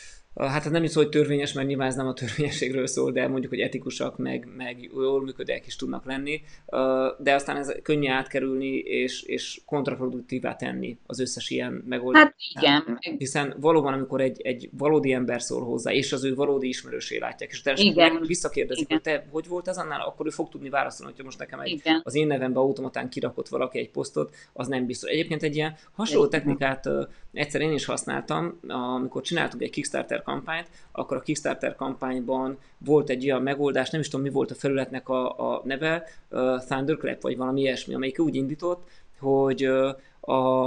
hát ez nem is szó, hogy törvényes, mert nyilván ez nem a törvényességről szól, de mondjuk, hogy etikusak, meg, meg jól működőek is tudnak lenni, de aztán ez könnyű átkerülni, és, és kontraproduktívá tenni az összes ilyen megoldást. Hát igen. Hiszen valóban, amikor egy, egy valódi ember szól hozzá, és az ő valódi ismerősé látják, és utána visszakérdezik, igen, hogy te hogy volt ez annál, akkor ő fog tudni válaszolni, hogyha most nekem egy, az én nevembe automatán kirakott valaki egy posztot, az nem biztos. Egyébként egy ilyen hasonló technikát uh, egyszer én is használtam, amikor csináltunk egy Kickstarter kampányt, akkor a Kickstarter kampányban volt egy olyan megoldás, nem is tudom mi volt a felületnek a, a neve, uh, Thunderclap vagy valami ilyesmi, amelyik úgy indított, hogy uh, a,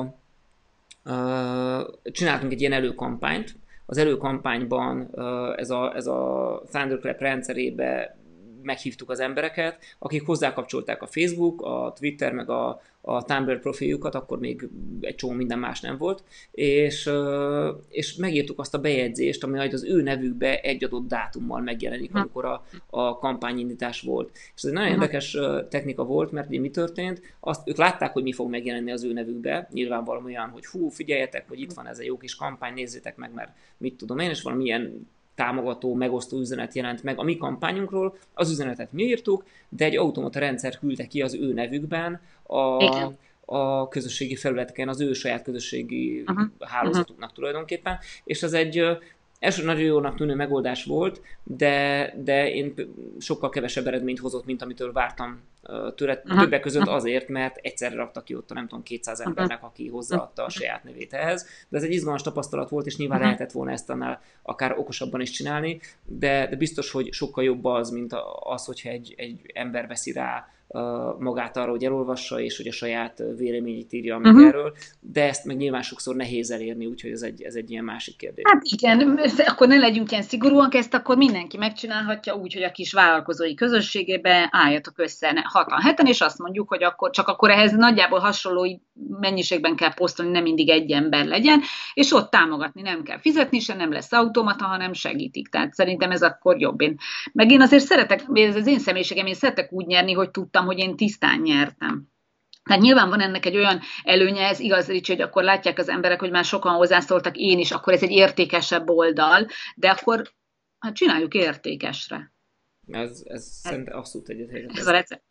uh, csináltunk egy ilyen előkampányt. Az előkampányban uh, ez, a, ez a Thunderclap rendszerébe meghívtuk az embereket, akik hozzákapcsolták a Facebook, a Twitter, meg a, a Tumblr profiljukat, akkor még egy csomó minden más nem volt, és, és megírtuk azt a bejegyzést, ami majd az ő nevükbe egy adott dátummal megjelenik, amikor a, a kampányindítás volt. És ez egy nagyon érdekes technika volt, mert ugye mi történt? Azt, ők látták, hogy mi fog megjelenni az ő nevükbe, nyilván valamilyen, hogy hú, figyeljetek, hogy itt van ez a jó kis kampány, nézzétek meg, mert mit tudom én, és valamilyen támogató, megosztó üzenet jelent meg a mi kampányunkról, az üzenetet mi írtuk, de egy automata rendszer küldte ki az ő nevükben a, a közösségi felületeken, az ő saját közösségi uh-huh. hálózatuknak tulajdonképpen, és ez egy első nagyon jónak tűnő megoldás volt, de, de én sokkal kevesebb eredményt hozott, mint amitől vártam tőle, uh-huh. többek között azért, mert egyszerre raktak ki ott a nem tudom kétszáz embernek, aki hozzáadta a saját nevét ehhez, de ez egy izgalmas tapasztalat volt, és nyilván uh-huh. lehetett volna ezt annál akár okosabban is csinálni, de, de biztos, hogy sokkal jobb az, mint az, hogyha egy, egy ember veszi rá magát arra, hogy elolvassa, és hogy a saját véleményét írja meg Uh-huh. erről, de ezt meg nyilván sokszor nehéz elérni, úgyhogy ez egy, ez egy ilyen másik kérdés. Hát igen, akkor ne legyünk ilyen szigorúak, ezt akkor mindenki megcsinálhatja úgy, hogy a kis vállalkozói közösségében álljatok össze hatan, heten, és azt mondjuk, hogy akkor, csak akkor ehhez nagyjából hasonló mennyiségben kell posztolni, nem mindig egy ember legyen, és ott támogatni nem kell fizetni, se nem lesz automata, hanem segítik. Tehát szerintem ez akkor jobb. Én, meg én azért szeretek, ez az én személyiségem, én szeretek úgy nyerni, hogy tudtam, hogy én tisztán nyertem. Tehát nyilván van ennek egy olyan előnye, ez igaz, Ricsi, hogy akkor látják az emberek, hogy már sokan hozzászóltak, én is, akkor ez egy értékesebb oldal, de akkor hát csináljuk értékesre. Ez, ez szerintem abszolút egyetértek. Ez a recept.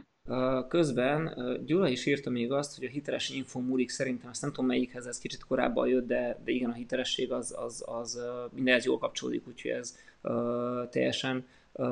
Közben Gyula is írta még azt, hogy a hiteles info múlik, szerintem azt nem tudom melyikhez, ez kicsit korábban jött, de, de igen, a hitelesség az, az, az mindenhez jól kapcsolódik, úgyhogy ez uh, teljesen uh,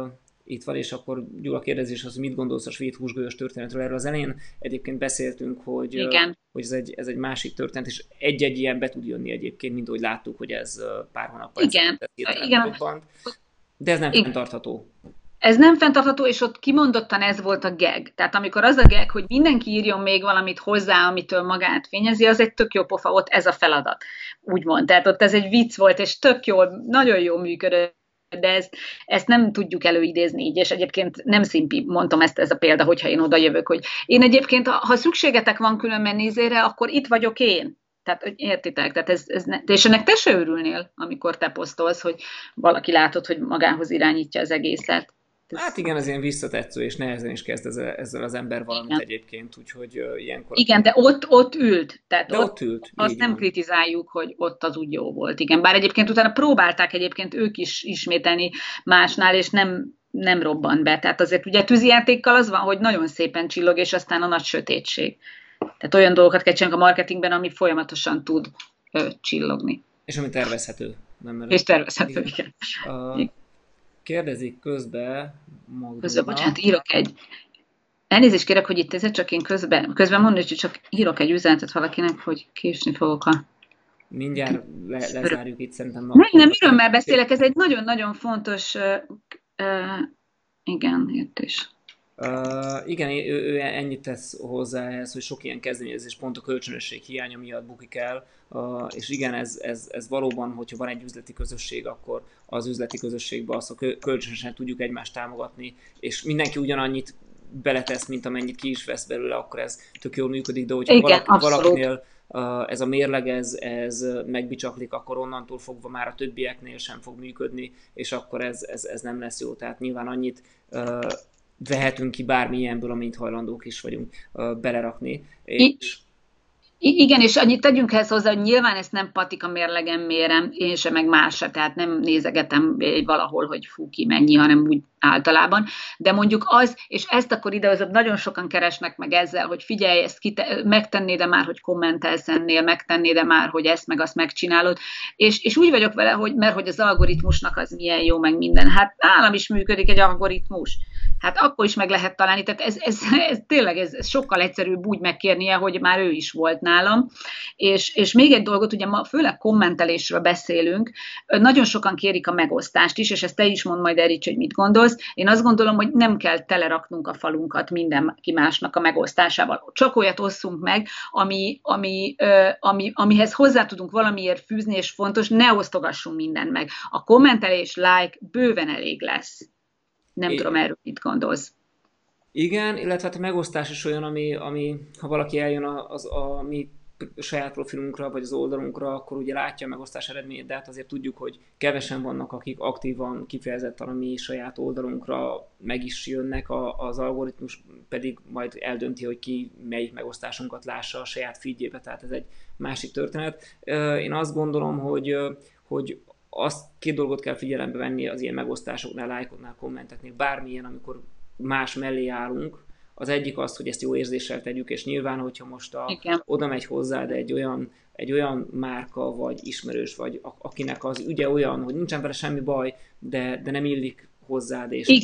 itt van, és akkor Gyula kérdezés az, hogy mit gondolsz a svéd húsgolyós történetről. Erről az elején egyébként beszéltünk, hogy, igen. hogy ez, egy, ez egy másik történet, és egy-egy ilyen be tud jönni egyébként, mint ahogy láttuk, hogy ez pár hónappal ezelőtt igen. De ez nem fenntartható. Ez nem fenntartható, és ott kimondottan ez volt a gag. Tehát amikor az a gag, hogy mindenki írjon még valamit hozzá, amitől magát fényezi, az egy tök jó pofa, ott ez a feladat. Úgymond. Tehát ott ez egy vicc volt, és tök jól, nagyon jól működött, de ezt, ezt nem tudjuk előidézni így, és egyébként nem szimpi, mondtam ezt, ez a példa, hogyha én oda jövök, hogy én egyébként, ha szükségetek van különben nézére, akkor itt vagyok én. Tehát értitek, tehát ez, ez ne, és ennek te se örülnél, amikor te posztolsz, hogy valaki látod, hogy magához irányítja az egészet. Hát igen, ez ilyen visszatetsző, és nehezen is kezd ezzel, ezzel az ember valamit igen. egyébként, úgyhogy uh, ilyenkor... Igen, de ott, ott ült. Tehát de ott, ott ült. Azt nem van. Kritizáljuk, hogy ott az úgy jó volt. Igen, bár egyébként utána próbálták egyébként ők is ismételni másnál, és nem, nem robbant be. Tehát azért ugye tűzijátékkal az van, hogy nagyon szépen csillog, és aztán a nagy sötétség. Tehát olyan dolgokat kell csinálni a marketingben, ami folyamatosan tud ö, csillogni. És ami tervezhető. Nem és tervezhető, igen. igen. Uh, Kérdezik közben Magdóna. Közben, bocsánat, írok egy... Elnézést kérek, hogy itt ez csak én közben, közben mondom, hogy csak írok egy üzenetet valakinek, hogy késni fogok a... Mindjárt le, lezárjuk itt szerintem. Nem, nem, örömmel beszélek, ez egy nagyon-nagyon fontos... Uh, uh, igen, értés. Uh, igen, ő, ő ennyit tesz hozzá ehhez, hogy sok ilyen kezdeményezés pont a kölcsönösség hiánya miatt bukik el, uh, és igen, ez, ez, ez valóban, hogyha van egy üzleti közösség, akkor az üzleti közösségben azt a kölcsönösen tudjuk egymást támogatni, és mindenki ugyanannyit beletesz, mint amennyit ki is vesz belőle, akkor ez tök jól működik, de hogyha igen, valaki, valakinél uh, ez a mérleg, ez, ez megbicsaklik, akkor onnantól fogva már a többieknél sem fog működni, és akkor ez, ez, ez nem lesz jó. Tehát nyilván annyit uh, vehetünk ki bármilyenből, amint hajlandók is vagyunk uh, belerakni. És... I- igen, és annyit tegyünk ehhez hozzá, hogy nyilván ezt nem patika mérlegen mérem, én sem, meg más se, tehát nem nézegetem valahol, hogy fú ki mennyi, hanem úgy általában, de mondjuk az, és ezt akkor idehozom, nagyon sokan keresnek meg ezzel, hogy figyelj, ezt kite- megtennéd-e már, hogy kommentelsz ennél, megtennéd-e már, hogy ezt meg azt megcsinálod, és, és úgy vagyok vele, hogy mert hogy az algoritmusnak az milyen jó, meg minden, hát nálam is működik egy algoritmus, hát akkor is meg lehet találni, tehát ez, ez, ez tényleg ez, ez sokkal egyszerűbb úgy megkérnie, hogy már ő is volt nálam, és, és még egy dolgot, ugye ma főleg kommentelésről beszélünk, nagyon sokan kérik a megosztást is, és ezt te is mondd majd, Erics, hogy mit gondolsz. Én azt gondolom, hogy nem kell teleraknunk a falunkat mindenki másnak a megosztásával. Csak olyat osszunk meg, ami, ami, ami, amihez hozzá tudunk valamiért fűzni, és fontos, ne osztogassunk mindent meg. A kommentelés, like bőven elég lesz. Nem é. tudom, erről mit gondolsz. Igen, illetve hát a megosztás is olyan, ami, ami ha valaki eljön az, a mi saját profilunkra, vagy az oldalunkra, akkor ugye látja a megosztás eredményét, de hát azért tudjuk, hogy kevesen vannak, akik aktívan, kifejezetten a mi saját oldalunkra meg is jönnek, a, az algoritmus pedig majd eldönti, hogy ki melyik megosztásunkat lássa a saját feedjébe, tehát ez egy másik történet. Én azt gondolom, hogy, hogy azt két dolgot kell figyelembe venni az ilyen megosztásoknál, lájkoknál, kommenteknél, bármilyen, amikor más mellé állunk. Az egyik az, hogy ezt jó érzéssel tegyük, és nyilván, hogyha most a, oda megy hozzá, de egy olyan, egy olyan márka, vagy ismerős, vagy akinek az ügye olyan, hogy nincsen vele semmi baj, de, de nem illik hozzád, és Igen.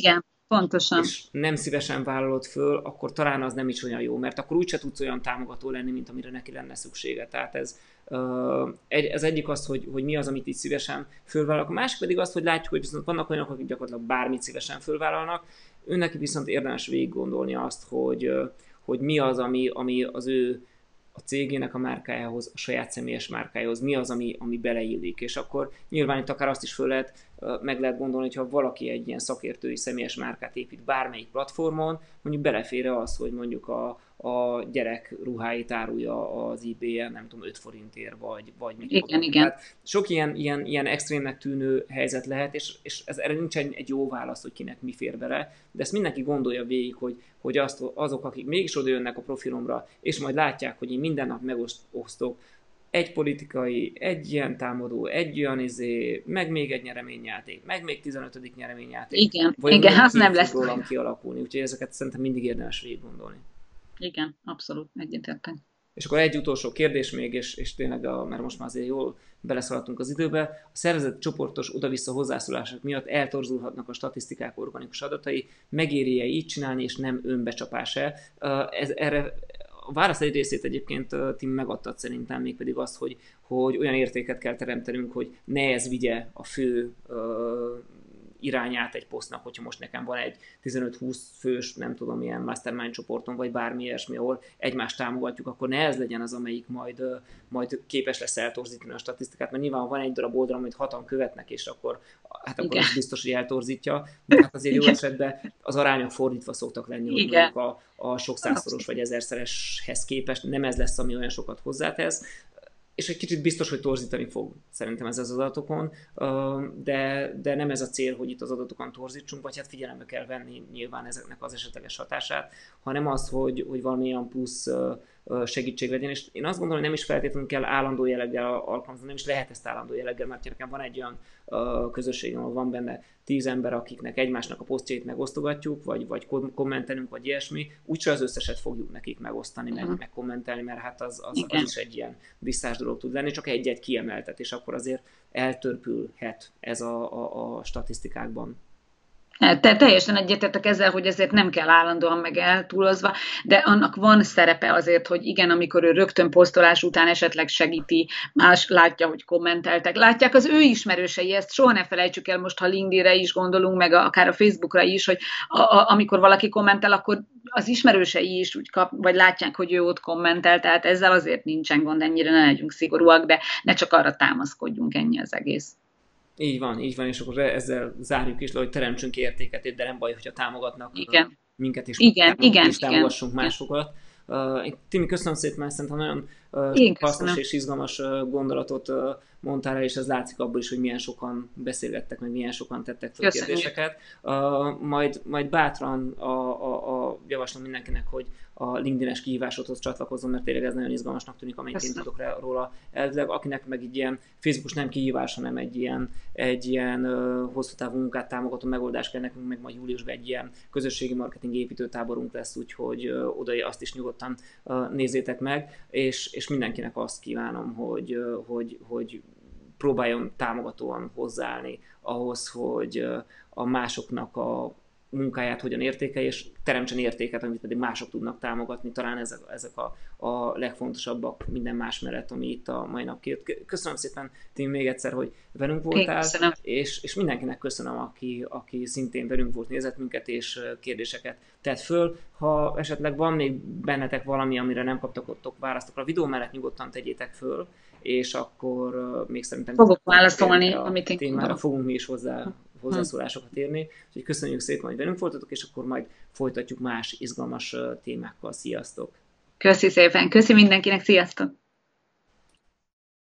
Pontosan. és nem szívesen vállalod föl, akkor talán az nem is olyan jó, mert akkor úgyse tudsz olyan támogató lenni, mint amire neki lenne szüksége. Tehát ez, ez egyik az, hogy, hogy mi az, amit így szívesen fölvállalnak. A másik pedig az, hogy látjuk, hogy viszont vannak olyanok, akik gyakorlatilag bármit szívesen fölvállalnak, őnek viszont érdemes végig gondolni azt, hogy, hogy mi az, ami, ami az ő a cégének a márkájához, a saját személyes márkájához, mi az, ami, ami beleillik. És akkor nyilván itt akár azt is föl lehet, meg lehet gondolni, hogyha valaki egy ilyen szakértői személyes márkát épít bármelyik platformon, mondjuk belefér az, hogy mondjuk a, a gyerek ruháit árulja az eBay-en, nem tudom, öt forintért, vagy, vagy mit Igen, tudom. igen. Tehát sok ilyen, ilyen, ilyen extrémnek tűnő helyzet lehet, és, és ez, erre nincs egy, egy jó válasz, hogy kinek mi fér bele, de ezt mindenki gondolja végig, hogy, hogy azt, azok, akik mégis oda jönnek a profilomra, és majd látják, hogy én minden nap megosztok egy politikai, egy ilyen támadó, egy olyan izé, meg még egy nyereményjáték, meg még tizenötödik nyereményjáték. Igen, igen, az nem lesz rólam kialakulni, úgyhogy ezeket szerintem mindig érdemes végig gondolni. Igen, abszolút, egyetértek. És akkor egy utolsó kérdés még, és, és tényleg, a, mert most már azért jól beleszaladtunk az időbe, a szervezet csoportos oda-vissza hozzászólások miatt eltorzulhatnak a statisztikák organikus adatai, megéri-e így csinálni, és nem önbecsapás-e? Ez, erre a válasz egy részét egyébként Tim megadtad szerintem, mégpedig azt, hogy, hogy olyan értéket kell teremtenünk, hogy ne ez vigye a fő irányát egy posztnak, hogyha most nekem van egy tizenöt-húsz fős, nem tudom, ilyen mastermind csoporton, vagy bármi ilyesmi, ahol egymást támogatjuk, akkor ne ez legyen az, amelyik majd, majd képes lesz eltorzítani a statisztikát, mert nyilván van egy darab oldal, amit hatan követnek, és akkor, hát akkor az biztos, hogy eltorzítja, de hát azért jó Igen. esetben az arányok fordítva szoktak lenni, hogy mondjuk a, a sok százszoros vagy ezerszereshez képest nem ez lesz, ami olyan sokat hozzátesz, és egy kicsit biztos, hogy torzítani fog szerintem ez az adatokon, de, de nem ez a cél, hogy itt az adatokon torzítsunk, vagy hát figyelembe kell venni nyilván ezeknek az esetleges hatását, hanem az, hogy, hogy valamilyen plusz segítség legyen, és én azt gondolom, hogy nem is feltétlenül kell állandó jelleggel alkalmazni, nem is lehet ezt állandó jelleggel, mert nekem van egy olyan közösségem, ahol van benne tíz ember, akiknek egymásnak a posztjait megosztogatjuk, vagy, vagy kommentelünk, vagy ilyesmi, úgyse az összeset fogjuk nekik megosztani, meg, meg kommentelni, mert hát az, az, az is egy ilyen visszás dolog tud lenni, csak egy-egy kiemeltet, és akkor azért eltörpülhet ez a, a, a statisztikákban. Te, teljesen egyetértek ezzel, hogy ezért nem kell állandóan meg eltúlozva, de annak van szerepe azért, hogy igen, amikor ő rögtön posztolás után esetleg segíti, más látja, hogy kommenteltek, látják az ő ismerősei, ezt soha ne felejtsük el, most ha LinkedInre is gondolunk, meg a, akár a Facebookra is, hogy a, a, amikor valaki kommentel, akkor az ismerősei is úgy kap, vagy látják, hogy ő ott kommentel, tehát ezzel azért nincsen gond, ennyire ne legyünk szigorúak, de ne csak arra támaszkodjunk, ennyi az egész. Így van, így van, és akkor ezzel zárjuk is le, hogy teremtsünk értéket, de nem baj, hogyha támogatnak igen. minket, és, igen, igen, és támogassunk igen. másokat. Uh, Timi, köszönöm szépen, mert szerintem nagyon uh, hasznos és izgalmas uh, gondolatot uh, mondtál el, és ez látszik abból is, hogy milyen sokan beszélgettek, meg milyen sokan tettek fel kérdéseket. Uh, majd, majd bátran a, a, a javaslom mindenkinek, hogy a LinkedIn-es kihívásodhoz csatlakozom, mert tényleg ez nagyon izgalmasnak tűnik, amennyit én tudok róla elvileg. Akinek meg így ilyen Facebookos nem kihívás, hanem egy ilyen, egy ilyen uh, hosszú távú munkát támogató megoldás kell nekünk, meg majd júliusban egy ilyen közösségi marketing építőtáborunk lesz, úgyhogy uh, oda azt is nyugodtan uh, nézzétek meg, és, és mindenkinek azt kívánom, hogy, uh, hogy, hogy próbáljon támogatóan hozzáállni ahhoz, hogy uh, a másoknak a munkáját hogyan értékelje, és teremtsen értéket, amit pedig mások tudnak támogatni. Talán ezek, ezek a, a legfontosabbak minden más mellett, ami itt a mai nap kijött. Köszönöm szépen, Tim, még egyszer, hogy velünk voltál, és, és mindenkinek köszönöm, aki, aki szintén velünk volt, nézett minket, és kérdéseket tett föl. Ha esetleg van még bennetek valami, amire nem kaptatok választ, a videó mellett nyugodtan tegyétek föl, és akkor uh, még szerintem fogok válaszolni, amit én témára fogunk mi is hozzá hozzászólásokat érni. Úgyhogy köszönjük szépen, hogy velünk voltatok, és akkor majd folytatjuk más izgalmas témákkal. Sziasztok! Köszi szépen, köszi mindenkinek, sziasztok!